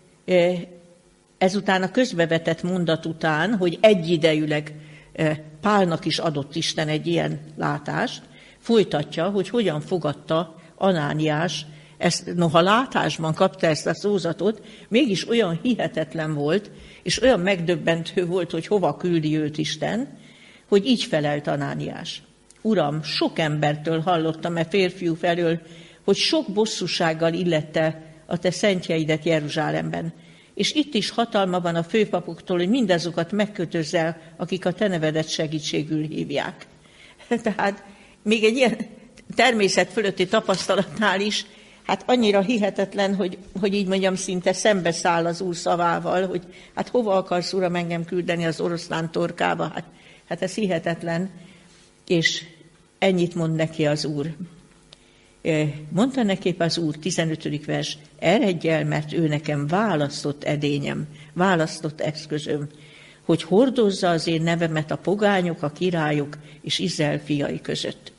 ezután a közbevetett mondat után, hogy egyidejűleg Pálnak is adott Isten egy ilyen látást, folytatja, hogy hogyan fogadta Anániás, ezt, noha látásban kapta ezt a szózatot, mégis olyan hihetetlen volt, és olyan megdöbbentő volt, hogy hova küldi őt Isten, hogy így felelt Anániás. Uram, sok embertől hallottam e férfiú felől, hogy sok bosszúsággal illette a te szentjeidet Jeruzsálemben, és itt is hatalma van a főpapoktól, hogy mindazokat megkötözzel, akik a te nevedet segítségül hívják. Tehát még egy ilyen természet fölötti tapasztalatnál is, hát annyira hihetetlen, hogy, hogy így mondjam, szinte szembeszáll az Úr szavával, hogy hát hova akarsz, Uram, engem küldeni az oroszlán torkába? Hát, hát ez hihetetlen, és ennyit mond neki az Úr. Mondta neki az Úr, tizenötödik vers, eredj el, mert ő nekem választott edényem, választott eszközöm, hogy hordozza az én nevemet a pogányok, a királyok és Izrael fiai között.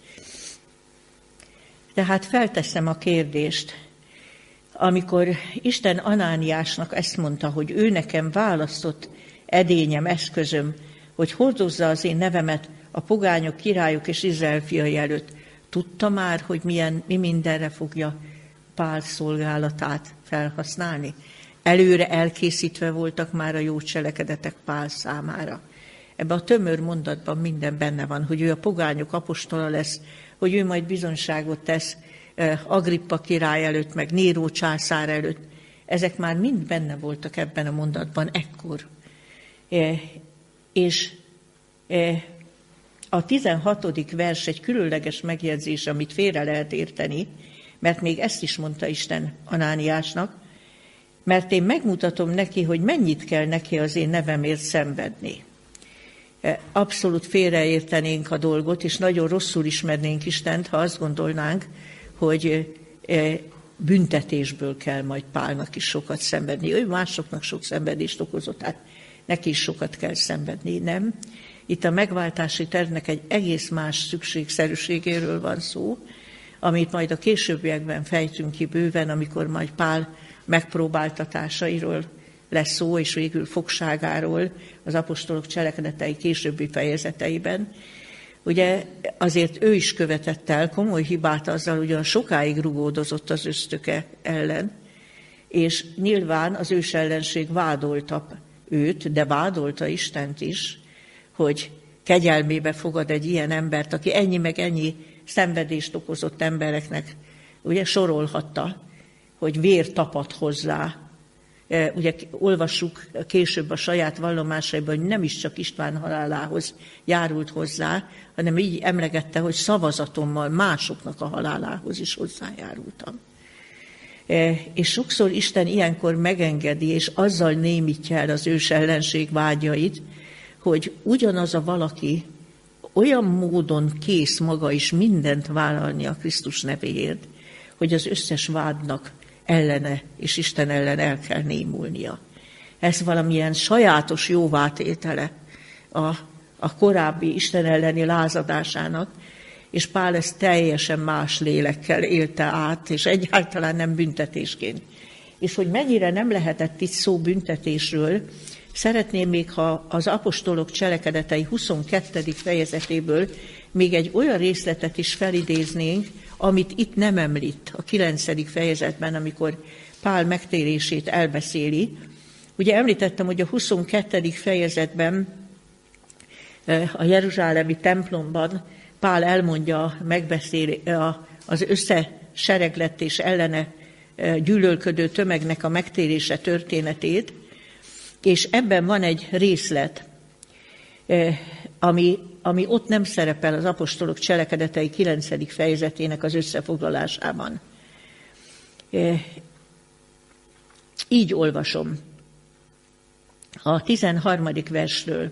Tehát felteszem a kérdést, amikor Isten Anániásnak ezt mondta, hogy ő nekem választott edényem, eszközöm, hogy hordozza az én nevemet a pogányok, királyok és Izrael fiai előtt, tudta már, hogy milyen, mi mindenre fogja Pál szolgálatát felhasználni? Előre elkészítve voltak már a jó cselekedetek Pál számára. Ebben a tömör mondatban minden benne van, hogy ő a pogányok apostola lesz, hogy ő majd bizonyságot tesz Agrippa király előtt, meg Néró császár előtt. Ezek már mind benne voltak ebben a mondatban ekkor. És a tizenhatodik vers egy különleges megjegyzés, amit félre lehet érteni, mert még ezt is mondta Isten Anániásnak, mert én megmutatom neki, hogy mennyit kell neki az én nevemért szenvedni. Abszolút félreértenénk a dolgot, és nagyon rosszul ismernénk Istent, ha azt gondolnánk, hogy büntetésből kell majd Pálnak is sokat szenvedni. Ő másoknak sok szenvedést okozott, tehát neki is sokat kell szenvedni, nem? Itt a megváltási tervnek egy egész más szükségszerűségéről van szó, amit majd a későbbiekben fejtünk ki bőven, amikor majd Pál megpróbáltatásairól lesz szó, és végül fogságáról az apostolok cselekedetei későbbi fejezeteiben. Ugye azért ő is követett el komoly hibát azzal, ugyan sokáig rugódozott az ösztöke ellen, és nyilván az ősellenség vádolta őt, de vádolta Istent is, hogy kegyelmébe fogad egy ilyen embert, aki ennyi meg ennyi szenvedést okozott embereknek. Ugye sorolhatta, hogy vér tapadt hozzá. Ugye olvassuk később a saját vallomásaiban, hogy nem is csak István halálához járult hozzá, hanem így emlegette, hogy szavazatommal másoknak a halálához is hozzájárultam. És sokszor Isten ilyenkor megengedi, és azzal némítja el az ős ellenség vágyait, hogy ugyanaz a valaki olyan módon kész maga is mindent vállalni a Krisztus nevéért, hogy az összes vádnak ellene és Isten ellen el kell némulnia. Ez valamilyen sajátos jóvátétele a, a korábbi Isten elleni lázadásának, és Pál ezt teljesen más lélekkel élte át, és egyáltalán nem büntetésként. És hogy mennyire nem lehetett itt szó büntetésről, szeretném még, ha az apostolok cselekedetei huszonkettedik fejezetéből még egy olyan részletet is felidéznénk, amit itt nem említ a kilencedik fejezetben, amikor Pál megtérését elbeszéli. Ugye említettem, hogy a huszonkettedik fejezetben a jeruzsálemi templomban Pál elmondja, megbeszéli az összesereglett és ellene gyűlölködő tömegnek a megtérése történetét, és ebben van egy részlet, ami, ami ott nem szerepel az apostolok cselekedetei kilencedik fejezetének az összefoglalásában. Így olvasom a tizenharmadik versről.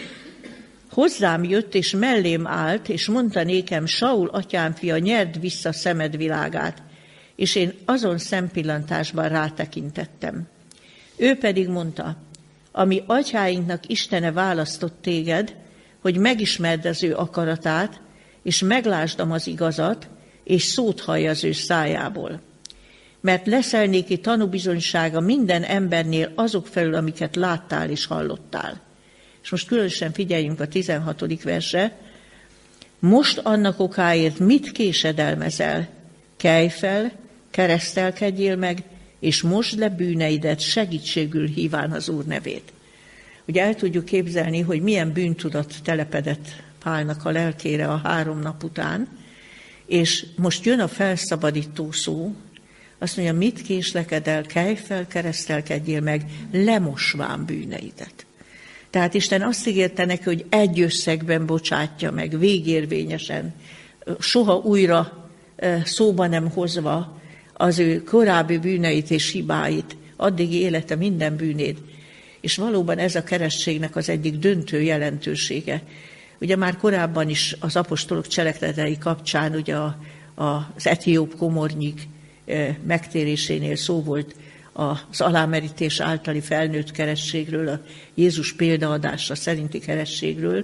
Hozzám jött, és mellém állt, és mondta nékem, Saul, atyám fia, nyerd vissza szemed világát, és én azon szempillantásban rátekintettem. Ő pedig mondta, ami atyáinknak Istene választott téged, hogy megismerd az ő akaratát, és meglásdam az igazat, és szót hallj az ő szájából. Mert leszel néki tanúbizonysága minden embernél azok felül, amiket láttál és hallottál. És most különösen figyeljünk a tizenhatodik versre. Most annak okáért mit késedelmezel? Kelj fel, keresztelkedjél meg, és mosd le bűneidet, segítségül híván az Úr nevét. Ugye el tudjuk képzelni, hogy milyen bűntudat telepedett Pálnak a lelkére a három nap után, és most jön a felszabadító szó, azt mondja, mit késlekedel, kelj fel, keresztelkedjél meg, lemosván bűneidet. Tehát Isten azt ígérte neki, hogy egy összegben bocsátja meg, végérvényesen, soha újra szóba nem hozva az ő korábbi bűneit és hibáit, addigi élete minden bűnét. És valóban ez a keresztségnek az egyik döntő jelentősége. Ugye már korábban is az apostolok cselekedetei kapcsán ugye a, a, az etióp komornyik megtérésénél szó volt az alámerítés általi felnőtt keresztségről, a Jézus példaadása szerinti keresztségről,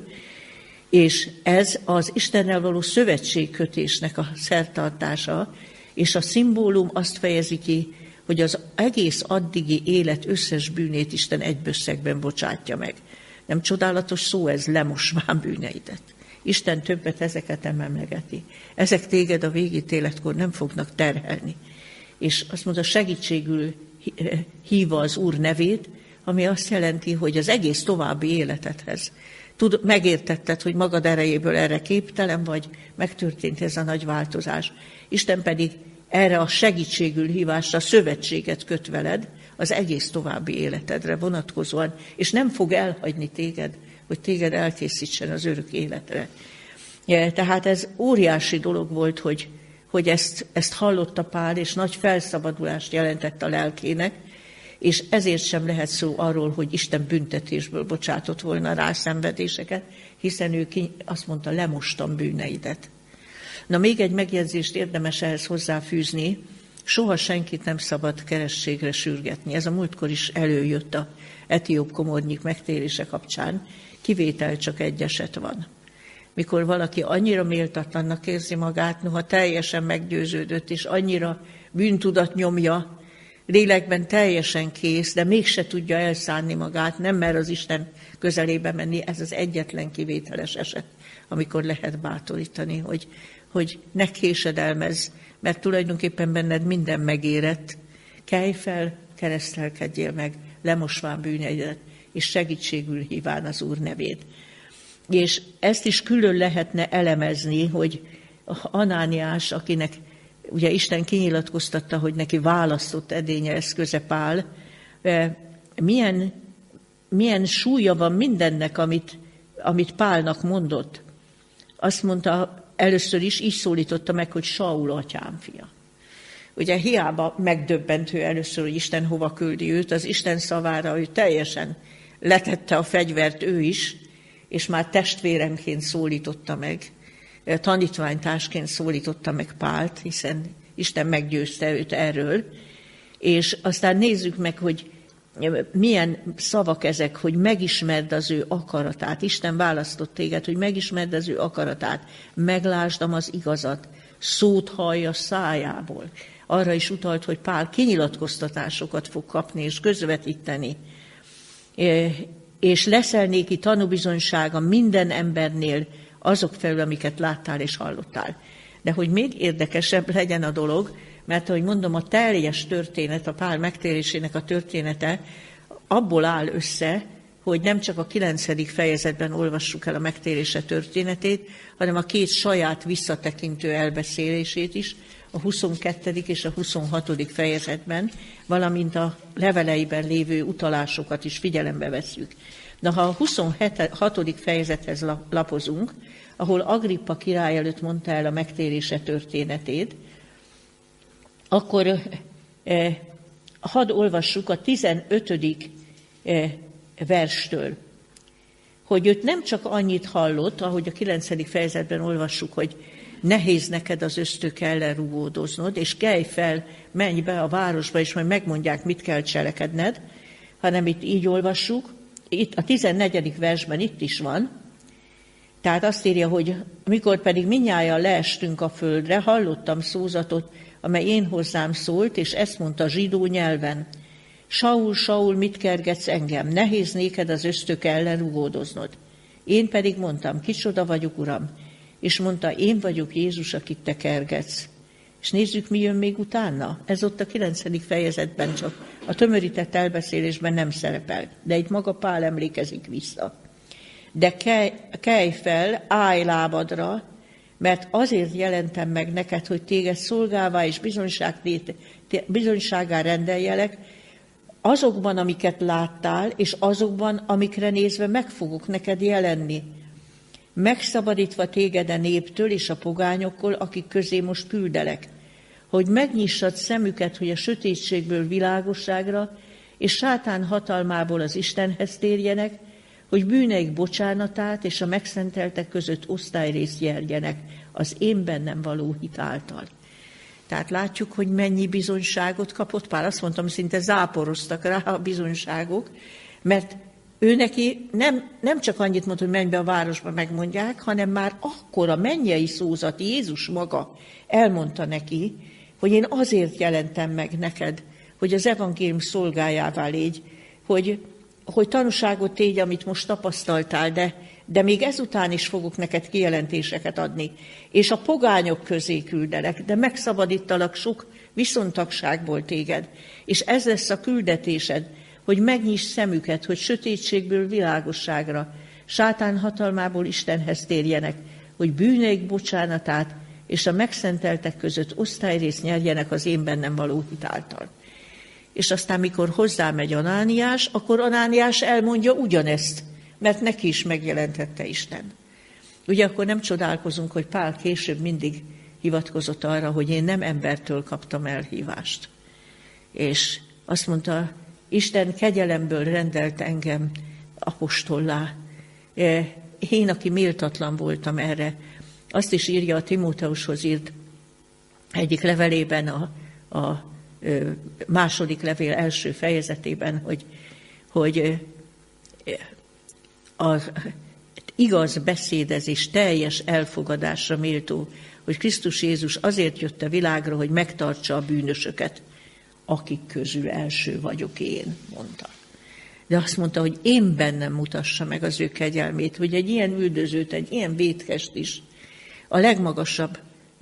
és ez az Istennel való szövetségkötésnek a szertartása, és a szimbólum azt fejezi ki, hogy az egész addigi élet összes bűnét Isten egy bösszegben bocsátja meg. Nem csodálatos szó ez, lemosván bűneidet. Isten többet ezeket nem emlegeti. Ezek téged a végítéletkor nem fognak terhelni. És azt mondja, segítségül hívva az Úr nevét, ami azt jelenti, hogy az egész további életedhez tud, megértetted, hogy magad erejéből erre képtelen vagy, megtörtént ez a nagy változás. Isten pedig erre a segítségül hívásra szövetséget köt veled az egész további életedre vonatkozóan, és nem fog elhagyni téged, hogy téged elkészítsen az örök életre. Tehát ez óriási dolog volt, hogy, hogy ezt, ezt hallotta Pál, és nagy felszabadulást jelentett a lelkének, és ezért sem lehet szó arról, hogy Isten büntetésből bocsátott volna rá szenvedéseket, hiszen ő ki, azt mondta, lemostam bűneidet. Na, még egy megjegyzést érdemes ehhez hozzáfűzni, soha senkit nem szabad keresztségre sürgetni. Ez a múltkor is előjött a etióp komornyik megtérése kapcsán, kivétel csak egy eset van. Mikor valaki annyira méltatlannak érzi magát, noha teljesen meggyőződött, és annyira bűntudat nyomja, lélekben teljesen kész, de mégse tudja elszánni magát, nem mer az Isten közelébe menni. Ez az egyetlen kivételes eset, amikor lehet bátorítani, hogy, hogy ne késedelmezz, mert tulajdonképpen benned minden megérett. Kelj fel, keresztelkedjél meg, lemosván bűneidet, és segítségül híván az Úr nevét. És ezt is külön lehetne elemezni, hogy Anániás, akinek ugye Isten kinyilatkoztatta, hogy neki választott edénye eszköze Pál, milyen, milyen súlya van mindennek, amit, amit Pálnak mondott. Azt mondta, először is így szólította meg, hogy Saul atyám fia. Ugye hiába megdöbbentő először, hogy Isten hova küldi őt, az Isten szavára ő teljesen letette a fegyvert ő is, és már testvéremként szólította meg, tanítványtársként szólította meg Pált, hiszen Isten meggyőzte őt erről. És aztán nézzük meg, hogy milyen szavak ezek, hogy megismerd az ő akaratát. Isten választott téged, hogy megismerd az ő akaratát, meglásdam az igazat, szót hallja szájából. Arra is utalt, hogy Pál kinyilatkoztatásokat fog kapni és közvetíteni. És leszel néki tanúbizonysága minden embernél azok felül, amiket láttál és hallottál. De hogy még érdekesebb legyen a dolog, mert ahogy mondom, a teljes történet, a Pál megtérésének a története abból áll össze, hogy nem csak a kilencedik fejezetben olvassuk el a megtérése történetét, hanem a két saját visszatekintő elbeszélését is, a huszonkettedik és a huszonhatodik fejezetben, valamint a leveleiben lévő utalásokat is figyelembe vesszük. Na, ha a huszonhatodik fejezethez lapozunk, ahol Agrippa király előtt mondta el a megtérése történetét, akkor eh, hadd olvassuk a tizenötödik eh, verstől, hogy őt nem csak annyit hallott, ahogy a kilencedik fejezetben olvassuk, hogy nehéz neked az ösztök ellen rúgódoznod, és kelj fel, menj be a városba, és majd megmondják, mit kell cselekedned, hanem itt így olvassuk, itt a tizennegyedik versben itt is van, tehát azt írja, hogy mikor pedig mindnyájan leestünk a földre, hallottam szózatot, amely én hozzám szólt, és ezt mondta zsidó nyelven. Saul, Saul, mit kergetsz engem? Nehéz néked az ösztök ellen rugódoznod. Én pedig mondtam, kicsoda vagyok, Uram? És mondta, én vagyok Jézus, akit te kergetsz. És nézzük, mi jön még utána. Ez ott a kilencedik fejezetben, csak a tömörített elbeszélésben nem szerepel. De itt maga Pál emlékezik vissza. De kelj, kelj fel, állj lábadra, mert azért jelentem meg neked, hogy téged szolgálvá és bizonyságá rendeljelek, azokban, amiket láttál, és azokban, amikre nézve meg fogok neked jelenni. Megszabadítva téged a néptől és a pogányokkal, akik közé most küldelek, hogy megnyissad szemüket, hogy a sötétségből világosságra, és sátán hatalmából az Istenhez térjenek, hogy bűneik bocsánatát és a megszenteltek között osztályrészt nyerjenek az én bennem való hit által. Tehát látjuk, hogy mennyi bizonyságot kapott Pál. Azt mondtam, szinte záporoztak rá a bizonyságok, mert ő neki nem, nem csak annyit mond, hogy menj be a városba, megmondják, hanem már akkor a mennyei szózat, Jézus maga elmondta neki, hogy én azért jelentem meg neked, hogy az evangélium szolgájává légy, hogy, hogy tanúságot tégy, amit most tapasztaltál, de, de még ezután is fogok neked kijelentéseket adni. És a pogányok közé küldelek, de megszabadítalak sok viszontagságból téged. És ez lesz a küldetésed, hogy megnyiss szemüket, hogy sötétségből világosságra, sátán hatalmából Istenhez térjenek, hogy bűneik bocsánatát és a megszenteltek között osztályrészt nyerjenek az én bennem való hit által. És aztán, mikor hozzámegy Anániás, akkor Anániás elmondja ugyanezt, mert neki is megjelentette Isten. Ugye akkor nem csodálkozunk, hogy Pál később mindig hivatkozott arra, hogy én nem embertől kaptam elhívást. És azt mondta, Isten kegyelemből rendelt engem apostollá. Én, aki méltatlan voltam erre. Azt is írja a Timóteushoz írt egyik levelében, a, a második levél első fejezetében, hogy, hogy az igaz beszédezés teljes elfogadásra méltó, hogy Krisztus Jézus azért jött a világra, hogy megtartsa a bűnösöket, akik közül első vagyok én, mondta. De azt mondta, hogy én bennem mutassa meg az ő kegyelmét, hogy egy ilyen üldözőt, egy ilyen vétkest is a legmagasabb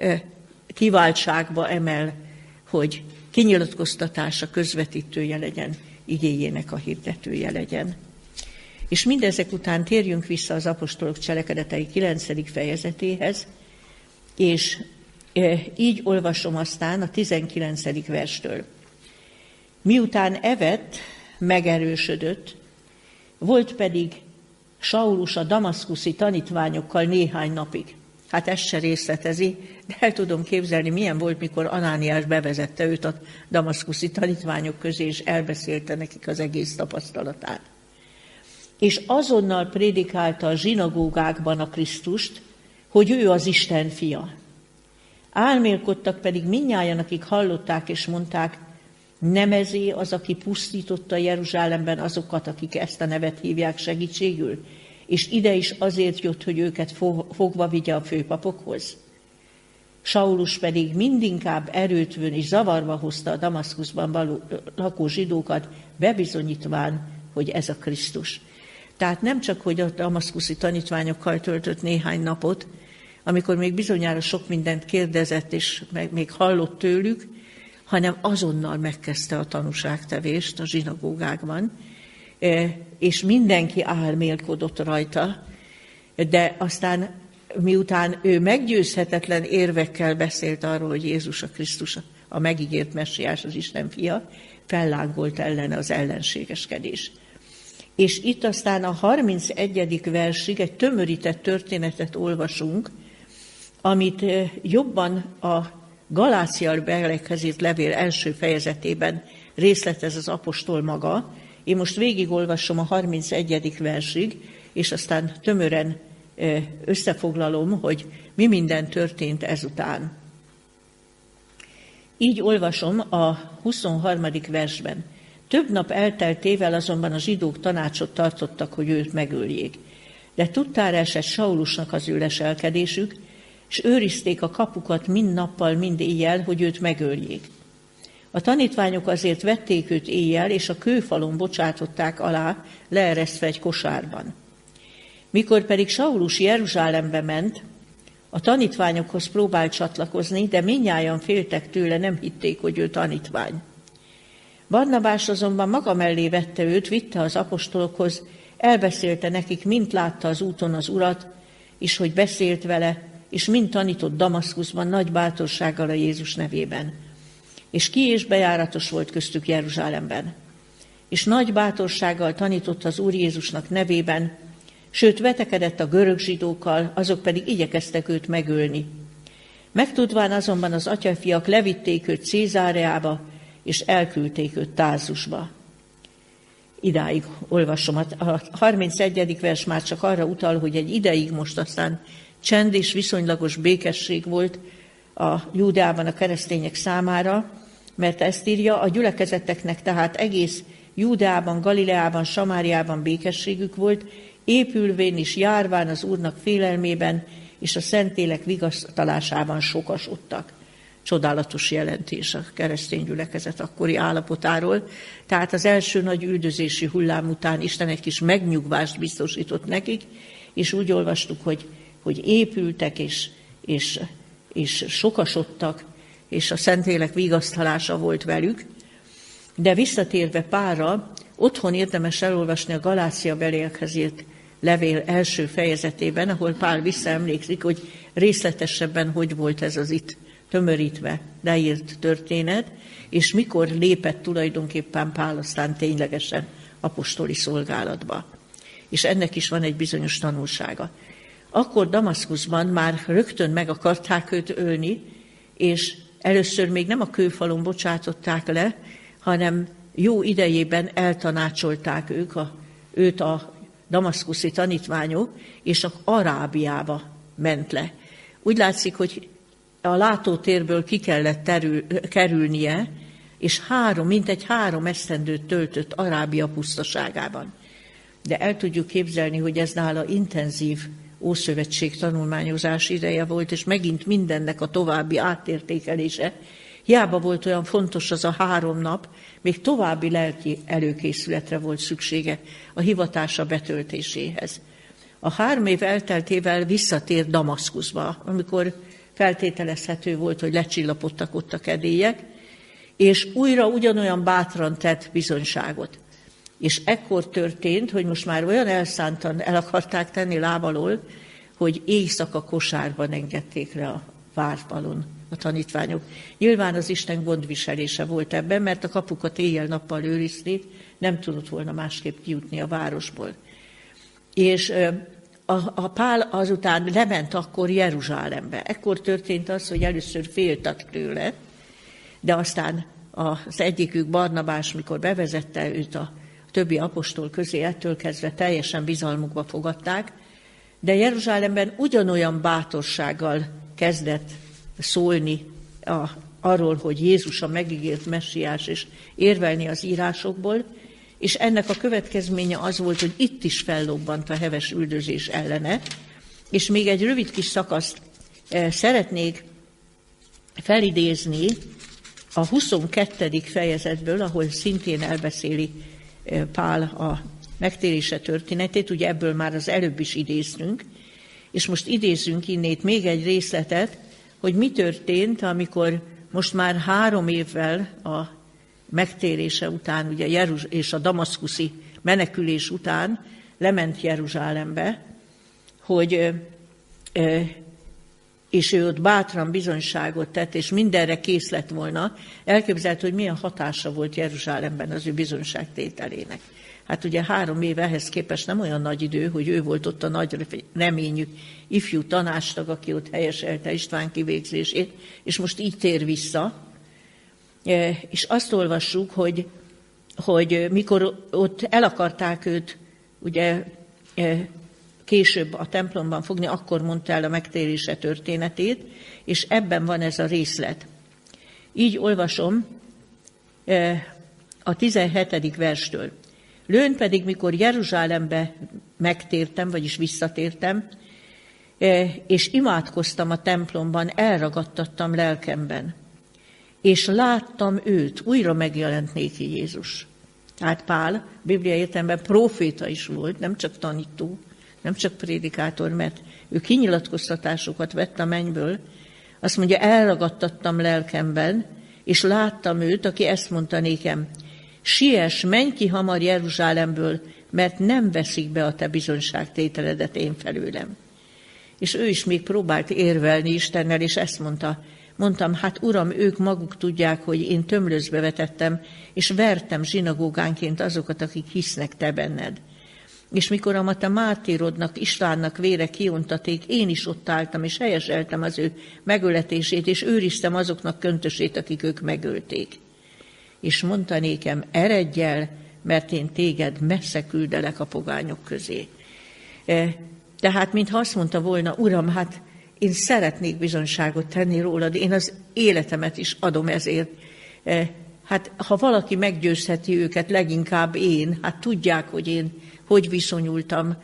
kiváltságba emel, hogy kinyilatkoztatása közvetítője legyen, igéjének a hirdetője legyen. És mindezek után térjünk vissza az apostolok cselekedetei kilencedik fejezetéhez, és így olvasom aztán a tizenkilencedik verstől. Miután evett, megerősödött, volt pedig Saulus a damaszkuszi tanítványokkal néhány napig. Hát ezt se részletezi, de el tudom képzelni, milyen volt, mikor Anániás bevezette őt a damaszkuszi tanítványok közé, és elbeszélte nekik az egész tapasztalatát. És azonnal prédikálta a zsinagógákban a Krisztust, hogy ő az Isten fia. Álmélkodtak pedig mindnyájan, akik hallották és mondták, nem ezé az, aki pusztította Jeruzsálemben azokat, akik ezt a nevet hívják segítségül, és ide is azért jött, hogy őket fogva vigye a főpapokhoz. Saulus pedig mindinkább erőtvön és zavarba hozta a Damaszkuszban lakó zsidókat, bebizonyítván, hogy ez a Krisztus. Tehát nem csak, hogy a damaszkuszi tanítványokkal töltött néhány napot, amikor még bizonyára sok mindent kérdezett, és még hallott tőlük, hanem azonnal megkezdte a tanúságtevést a zsinagógákban, és mindenki álmélkodott rajta, de aztán miután ő meggyőzhetetlen érvekkel beszélt arról, hogy Jézus a Krisztus, a megígért messiás, az Isten fia, fellángolt ellene az ellenségeskedés. És itt aztán a harmincegyedik versig egy tömörített történetet olvasunk, amit jobban a Galácia belekhez írt levél első fejezetében részletez az apostol maga. Én most végigolvasom a harmincegyedik versig, és aztán tömören összefoglalom, hogy mi minden történt ezután. Így olvasom a huszonharmadik versben. Több nap elteltével azonban a zsidók tanácsot tartottak, hogy őt megöljék. De tudtára esett Saulusnak az ő leselkedésük, és őrizték a kapukat mind nappal, mind éjjel, hogy őt megöljék. A tanítványok azért vették őt éjjel, és a kőfalon bocsátották alá, leeresztve egy kosárban. Mikor pedig Saulus Jeruzsálembe ment, a tanítványokhoz próbált csatlakozni, de mindnyájan féltek tőle, nem hitték, hogy ő tanítvány. Barnabás azonban maga mellé vette őt, vitte az apostolokhoz, elbeszélte nekik, mint látta az úton az Urat, és hogy beszélt vele, és mind tanított Damaszkuszban nagy bátorsággal a Jézus nevében. És ki és bejáratos volt köztük Jeruzsálemben. És nagy bátorsággal tanított az Úr Jézusnak nevében, sőt vetekedett a görög zsidókkal, azok pedig igyekeztek őt megölni. Megtudván azonban az atyafiak levitték őt Cézáreába, és elküldték őt Tárzusba. Idáig olvasom. A harmincegyedik vers már csak arra utal, hogy egy ideig most aztán csend és viszonylagos békesség volt a Júdeában a keresztények számára, mert ezt írja, a gyülekezeteknek tehát egész Júdeában, Galileában, Samáriában békességük volt, épülvén és járván az Úrnak félelmében és a Szentlélek vigasztalásában sokasodtak. Csodálatos jelentés a keresztény gyülekezet akkori állapotáról. Tehát az első nagy üldözési hullám után Isten egy kis megnyugvást biztosított nekik, és úgy olvastuk, hogy, hogy épültek és, és, és sokasodtak, és a Szentlélek vigasztalása volt velük. De visszatérve Pálra, otthon érdemes elolvasni a Galácia beliekhez írt levél első fejezetében, ahol Pál visszaemlékszik, hogy részletesebben hogy volt ez az itt tömörítve leírt történet, és mikor lépett tulajdonképpen Pál aztán ténylegesen apostoli szolgálatba. És ennek is van egy bizonyos tanulsága. Akkor Damaszkuszban már rögtön meg akarták őt ölni, és először még nem a kőfalon bocsátották le, hanem jó idejében eltanácsolták ők a, őt a damaszkuszi tanítványok, és a Arábiába ment le. Úgy látszik, hogy a látótérből ki kellett terül, kerülnie, és három, mintegy három esztendőt töltött Arábia pusztaságában. De el tudjuk képzelni, hogy ez nála intenzív ószövetség tanulmányozás ideje volt, és megint mindennek a további átértékelése, Hiába volt olyan fontos az a három nap, még további lelki előkészületre volt szüksége a hivatása betöltéséhez. A három év elteltével visszatér Damaszkuszba, amikor feltételezhető volt, hogy lecsillapodtak ott a kedélyek, és újra ugyanolyan bátran tett bizonyságot. És ekkor történt, hogy most már olyan elszántan el akarták tenni láb alól, hogy éjszaka kosárban engedték le a várfalon a tanítványok. Nyilván az Isten gondviselése volt ebben, mert a kapukat éjjel-nappal őrizték, nem tudott volna másképp kijutni a városból. És a, a Pál azután lement akkor Jeruzsálembe. Ekkor történt az, hogy először féltek tőle, de aztán az egyikük, Barnabás, mikor bevezette őt a többi apostol közé, ettől kezdve teljesen bizalmukba fogadták, de Jeruzsálemben ugyanolyan bátorsággal kezdett szólni a, arról, hogy Jézus a megígért messiás, és érvelni az írásokból, és ennek a következménye az volt, hogy itt is fellobbant a heves üldözés ellene, és még egy rövid kis szakaszt eh, szeretnék felidézni a huszonkettedik fejezetből, ahol szintén elbeszéli eh, Pál a megtérése történetét, ugye ebből már az előbb is idéztünk, és most idézzünk innét még egy részletet, hogy mi történt, amikor most már három évvel a megtérése után, ugye Jeruz- és a damaszkuszi menekülés után lement Jeruzsálembe, hogy, és ő ott bátran bizonyságot tett, és mindenre kész lett volna, elképzelt, hogy milyen hatása volt Jeruzsálemben az ő bizonyságtételének. Hát ugye három év ehhez képest nem olyan nagy idő, hogy ő volt ott a nagy reményű ifjú tanácstag, aki ott helyeselte István kivégzését, és most így tér vissza. És azt olvassuk, hogy, hogy mikor ott el akarták őt ugye később a templomban fogni, akkor mondta el a megtérése történetét, és ebben van ez a részlet. Így olvasom a tizenhetedik verstől. Lőn pedig, mikor Jeruzsálembe megtértem, vagyis visszatértem, és imádkoztam a templomban, elragadtattam lelkemben. És láttam őt, újra megjelent néki Jézus. Tehát Pál, Biblia értelemben próféta is volt, nem csak tanító, nem csak prédikátor, mert ő kinyilatkoztatásokat vett a mennyből. Azt mondja, elragadtattam lelkemben, és láttam őt, aki ezt mondta nékem, siess, menj ki hamar Jeruzsálemből, mert nem veszik be a te bizonyságtételedet én felőlem. És ő is még próbált érvelni Istennel, és ezt mondta, mondtam, hát Uram, ők maguk tudják, hogy én tömlözbe vetettem, és vertem zsinagógánként azokat, akik hisznek te benned. És mikor a te mártírodnak, Istvánnak vére kiontaték, én is ott álltam, és helyeseltem az ő megöletését, és őriztem azoknak köntösét, akik ők megölték. És mondta nékem, eredj el, mert én téged messze küldelek a pogányok közé. Tehát, mintha azt mondta volna, Uram, hát én szeretnék bizonyságot tenni rólad, én az életemet is adom ezért. Hát, ha valaki meggyőzheti őket, leginkább én, hát tudják, hogy én hogy viszonyultam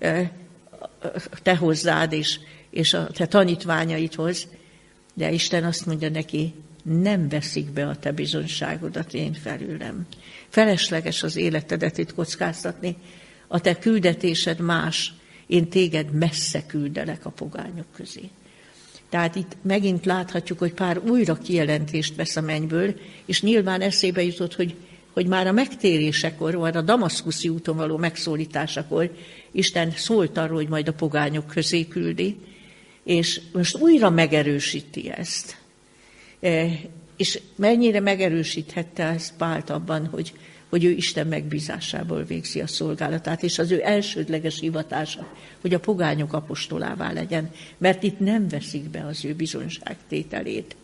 te hozzád és, és a te tanítványaidhoz, de Isten azt mondja neki, nem veszik be a te bizonyságodat én felőlem. Felesleges az életedet itt kockáztatni, a te küldetésed más, én téged messze küldelek a pogányok közé. Tehát itt megint láthatjuk, hogy Pál újra kijelentést vesz a mennyből, és nyilván eszébe jutott, hogy, hogy már a megtérésekor, vagy a damaszkuszi úton való megszólításakor Isten szólt arról, hogy majd a pogányok közé küldi, és most újra megerősíti ezt. E, és mennyire megerősíthette ezt Pált abban, hogy, hogy ő Isten megbízásából végzi a szolgálatát, és az ő elsődleges hivatása, hogy a pogányok apostolává legyen, mert itt nem veszik be az ő bizonyságtételét.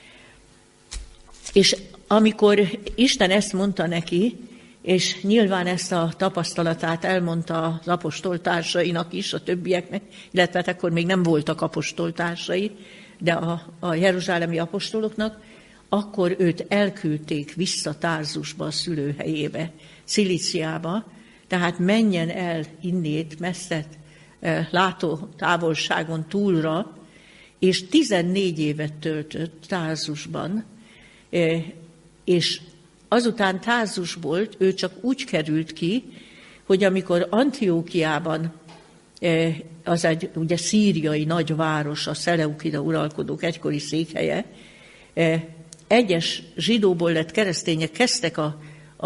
És amikor Isten ezt mondta neki, és nyilván ezt a tapasztalatát elmondta az apostoltársainak is, a többieknek, illetve akkor még nem voltak apostoltársai, de a, a jeruzsálemi apostoloknak, akkor őt elküldték vissza Tárzusba, a szülőhelyébe, Cilíciába, tehát menjen el innét, messze látó távolságon túlra, és tizennégy évet töltött Tárzusban, És azután Tárzusból ő csak úgy került ki, hogy amikor Antiókiában, az egy ugye szíriai nagyváros, a szeleukida uralkodók egykori székhelye, egyes zsidóból lett keresztények kezdtek a, a,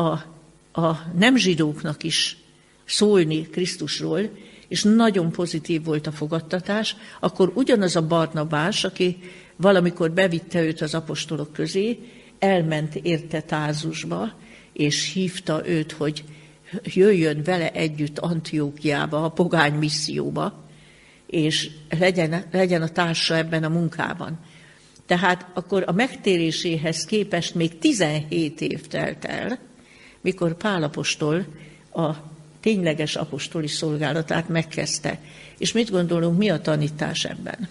a nem zsidóknak is szólni Krisztusról, és nagyon pozitív volt a fogadtatás, akkor ugyanaz a Barnabás, aki valamikor bevitte őt az apostolok közé, elment érte Tárzusba, és hívta őt, hogy jöjjön vele együtt Antiókiába, a pogány misszióba, és legyen, legyen a társa ebben a munkában. Tehát akkor a megtéréséhez képest még tizenhét év telt el, mikor Pál apostol a tényleges apostoli szolgálatát megkezdte. És mit gondolunk, mi a tanítás ebben?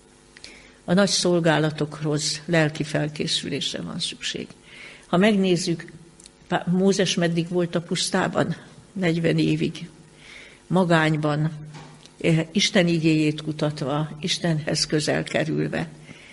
A nagy szolgálatokhoz lelki felkészülésre van szükség. Ha megnézzük, Mózes meddig volt a pusztában? negyven évig. Magányban, Isten igéjét kutatva, Istenhez közel kerülve.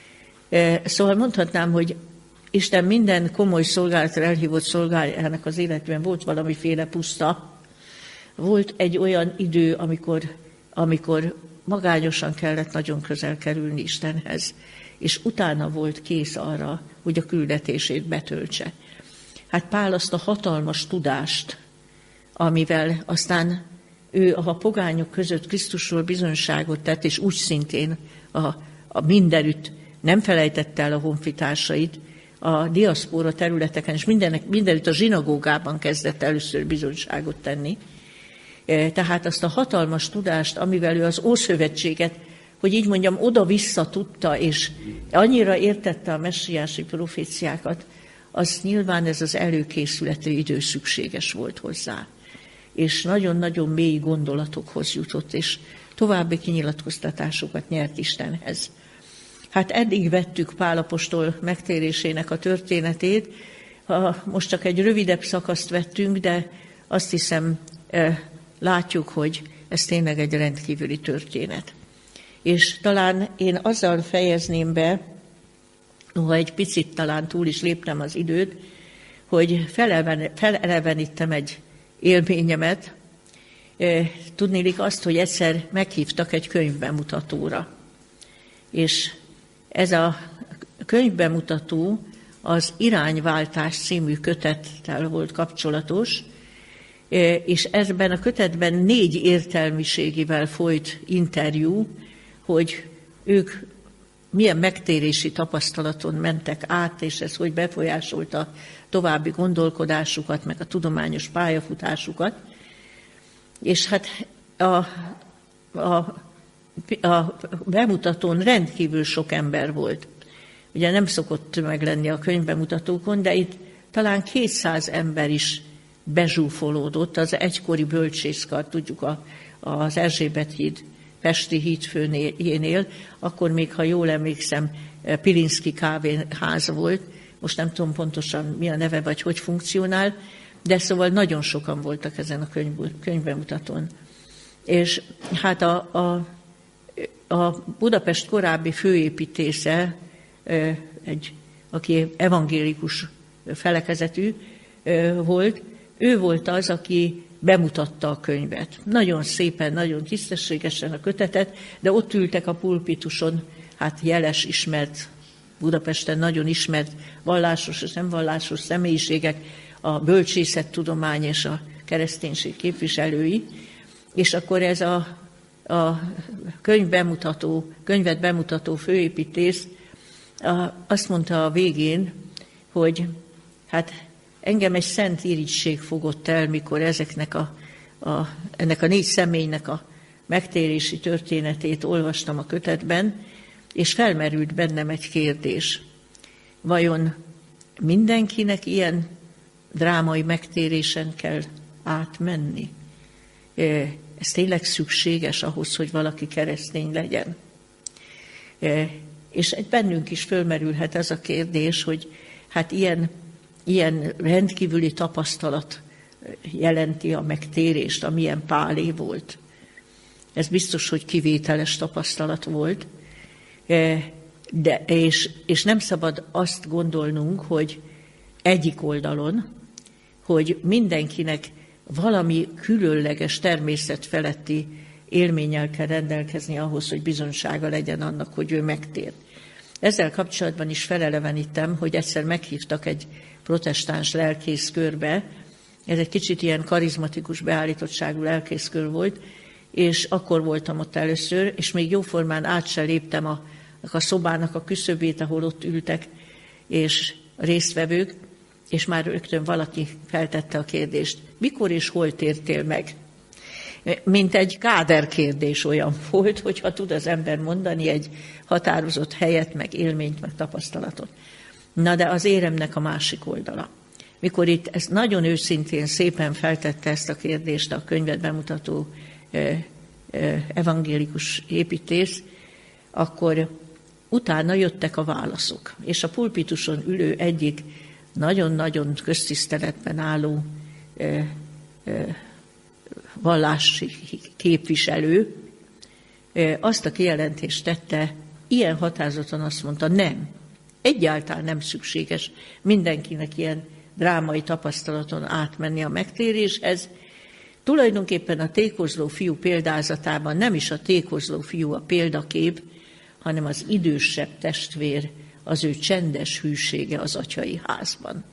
Szóval mondhatnám, hogy Isten minden komoly szolgálatra elhívott szolgájának az életben volt valamiféle puszta. Volt egy olyan idő, amikor, amikor magányosan kellett nagyon közel kerülni Istenhez, és utána volt kész arra, hogy a küldetését betöltse. Hát Pál azt a hatalmas tudást, amivel aztán ő a pogányok között Krisztusról bizonyságot tett, és úgy szintén a, a mindenütt nem felejtette el a honfitársait, a diaszpóra területeken, és mindenek, mindenütt a zsinagógában kezdett először bizonyságot tenni. Tehát azt a hatalmas tudást, amivel ő az Ószövetséget, hogy így mondjam, oda-vissza tudta, és annyira értette a messiási proféciákat, az nyilván ez az előkészületű idő szükséges volt hozzá. És nagyon-nagyon mély gondolatokhoz jutott, és további kinyilatkoztatásokat nyert Istenhez. Hát eddig vettük Pál apostol megtérésének a történetét, most csak egy rövidebb szakaszt vettünk, de azt hiszem, látjuk, hogy ez tényleg egy rendkívüli történet. És talán én azzal fejezném be, noha egy picit talán túl is léptem az időt, hogy felelevenítem egy élményemet. Tudnélik azt, hogy egyszer meghívtak egy könyvbemutatóra. És ez a könyvbemutató az Irányváltás című kötettel volt kapcsolatos, és ebben a kötetben négy értelmiségivel folyt interjú, hogy ők milyen megtérési tapasztalaton mentek át, és ez hogy befolyásolta további gondolkodásukat, meg a tudományos pályafutásukat. És hát a, a, a bemutatón rendkívül sok ember volt. Ugye nem szokott meglenni a könyvbemutatókon, de itt talán kétszáz ember is bezsúfolódott. Az egykori bölcsészkar, tudjuk, a, az Erzsébet híd, Pesti hídfőjénél, akkor még, ha jól emlékszem, Pilinszky kávéház volt, most nem tudom pontosan mi a neve, vagy hogy funkcionál, de szóval nagyon sokan voltak ezen a könyv, könyvbemutatón. És hát a, a, a Budapest korábbi főépítésze, egy, aki evangélikus felekezetű volt, ő volt az, aki bemutatta a könyvet. Nagyon szépen, nagyon tisztességesen a kötetet, de ott ültek a pulpituson, hát jeles, ismert, Budapesten nagyon ismert vallásos és nem vallásos személyiségek, a bölcsészettudomány és a kereszténység képviselői, és akkor ez a, a könyv bemutató, könyvet bemutató főépítész a, azt mondta a végén, hogy hát engem egy szent irigység fogott el, mikor ezeknek a, a, ennek a négy személynek a megtérési történetét olvastam a kötetben, és felmerült bennem egy kérdés. Vajon mindenkinek ilyen drámai megtérésen kell átmenni? Ez tényleg szükséges ahhoz, hogy valaki keresztény legyen? És bennünk is fölmerülhet ez a kérdés, hogy hát ilyen, ilyen rendkívüli tapasztalat jelenti a megtérést, amilyen Pálé volt. Ez biztos, hogy kivételes tapasztalat volt. De, és, és nem szabad azt gondolnunk, hogy egyik oldalon, hogy mindenkinek valami különleges természetfeletti élménnyel kell rendelkezni ahhoz, hogy bizonysága legyen annak, hogy ő megtért. Ezzel kapcsolatban is felelevenítem, hogy egyszer meghívtak egy protestáns lelkészkörbe, ez egy kicsit ilyen karizmatikus beállítottságú lelkészkör volt, és akkor voltam ott először, és még jóformán át se léptem a, a szobának a küszöbét, ahol ott ültek, és a résztvevők, és már rögtön valaki feltette a kérdést, mikor és hol tértél meg? Mint egy káder kérdés olyan volt, hogyha tud az ember mondani egy határozott helyet, meg élményt, meg tapasztalatot. Na de az éremnek a másik oldala. Mikor itt ezt nagyon őszintén, szépen feltette ezt a kérdést a könyvet bemutató eh, eh, evangélikus építész, akkor utána jöttek a válaszok. És a pulpituson ülő egyik nagyon-nagyon köztiszteletben álló eh, eh, vallási képviselő eh, azt a kijelentést tette, ilyen határozottan azt mondta, nem, egyáltalán nem szükséges mindenkinek ilyen drámai tapasztalaton átmenni a megtéréshez. Tulajdonképpen a tékozló fiú példázatában nem is a tékozló fiú a példakép, hanem az idősebb testvér, az ő csendes hűsége az atyai házban.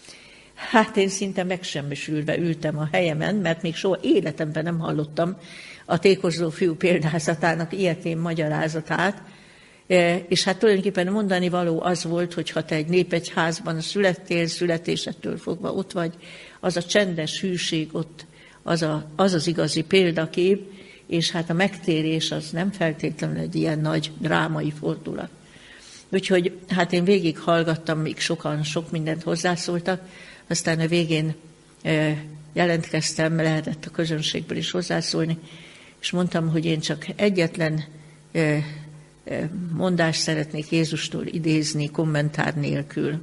Hát én szinte megsemmisülve ültem a helyemen, mert még soha életemben nem hallottam a tékozló fiú példázatának ilyetén magyarázatát, és hát tulajdonképpen mondani való az volt, hogy ha te egy népegyházban születtél, születésettől fogva ott vagy, az a csendes hűség ott, az, a, az az igazi példakép, és hát a megtérés az nem feltétlenül egy ilyen nagy drámai fordulat. Úgyhogy hát én végig hallgattam, míg sokan sok mindent hozzászóltak, aztán a végén e, jelentkeztem, lehetett a közönségből is hozzászólni, és mondtam, hogy én csak egyetlen e, mondást szeretnék Jézustól idézni, kommentár nélkül.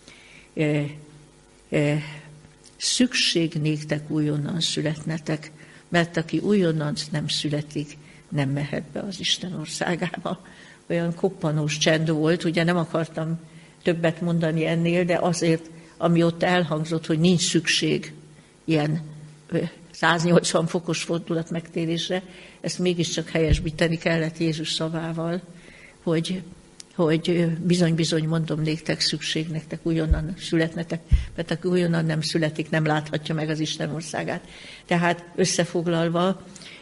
E, e, szükség néktek újonnan születnetek, mert aki újonnan nem születik, nem mehet be az Isten országába. Olyan koppanós csend volt, ugye nem akartam többet mondani ennél, de azért, ami ott elhangzott, hogy nincs szükség ilyen száznyolcvan fokos fordulat megtérésre, ezt mégiscsak helyesbíteni kellett Jézus szavával, hogy, hogy bizony-bizony mondom néktek, szükség nektek újonnan születnetek, mert aki újonnan nem születik, nem láthatja meg az Isten országát. Tehát összefoglalva,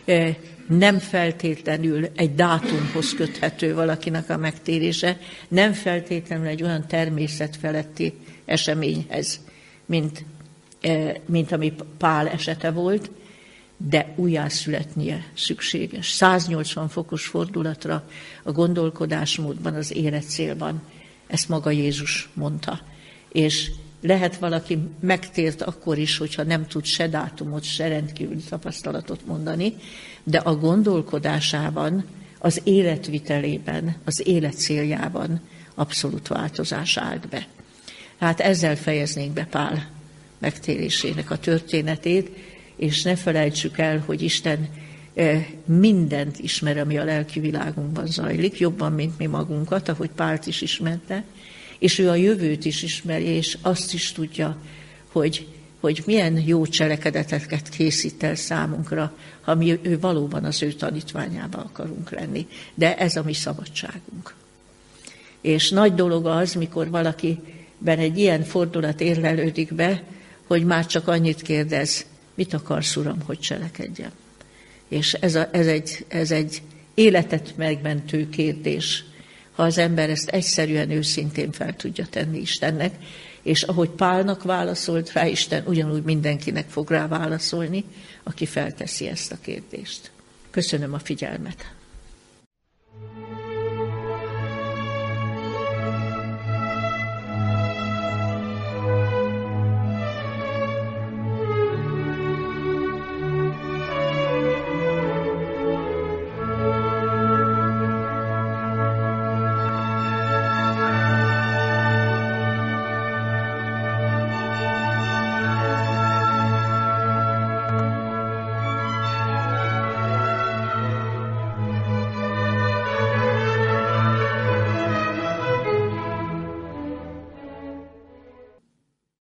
nem feltétlenül egy dátumhoz köthető valakinek a megtérése, nem feltétlenül egy olyan természetfeletti eseményhez, mint, mint ami Pál esete volt, de újjászületnie szükséges. száznyolcvan fokos fordulatra a gondolkodásmódban, az életcélban. Ezt maga Jézus mondta. És lehet valaki megtért akkor is, hogyha nem tud se dátumot, se rendkívüli tapasztalatot mondani, de a gondolkodásában, az életvitelében, az élet céljában abszolút változás állt be. Hát ezzel fejeznénk be Pál megtérésének a történetét, és ne felejtsük el, hogy Isten mindent ismer, ami a lelki világunkban zajlik, jobban, mint mi magunkat, ahogy Pált is ismerte, és ő a jövőt is ismeri, és azt is tudja, hogy, hogy milyen jó cselekedeteket készít el számunkra, ha mi ő valóban az ő tanítványába akarunk lenni. De ez a mi szabadságunk. És nagy dolog az, mikor valakiben egy ilyen fordulat érlelődik be, hogy már csak annyit kérdez, mit akarsz, Uram, hogy cselekedjem? És ez, a, ez, egy, ez egy életet megmentő kérdés, ha az ember ezt egyszerűen, őszintén fel tudja tenni Istennek, és ahogy Pálnak válaszolt rá Isten, ugyanúgy mindenkinek fog rá válaszolni, aki felteszi ezt a kérdést. Köszönöm a figyelmet.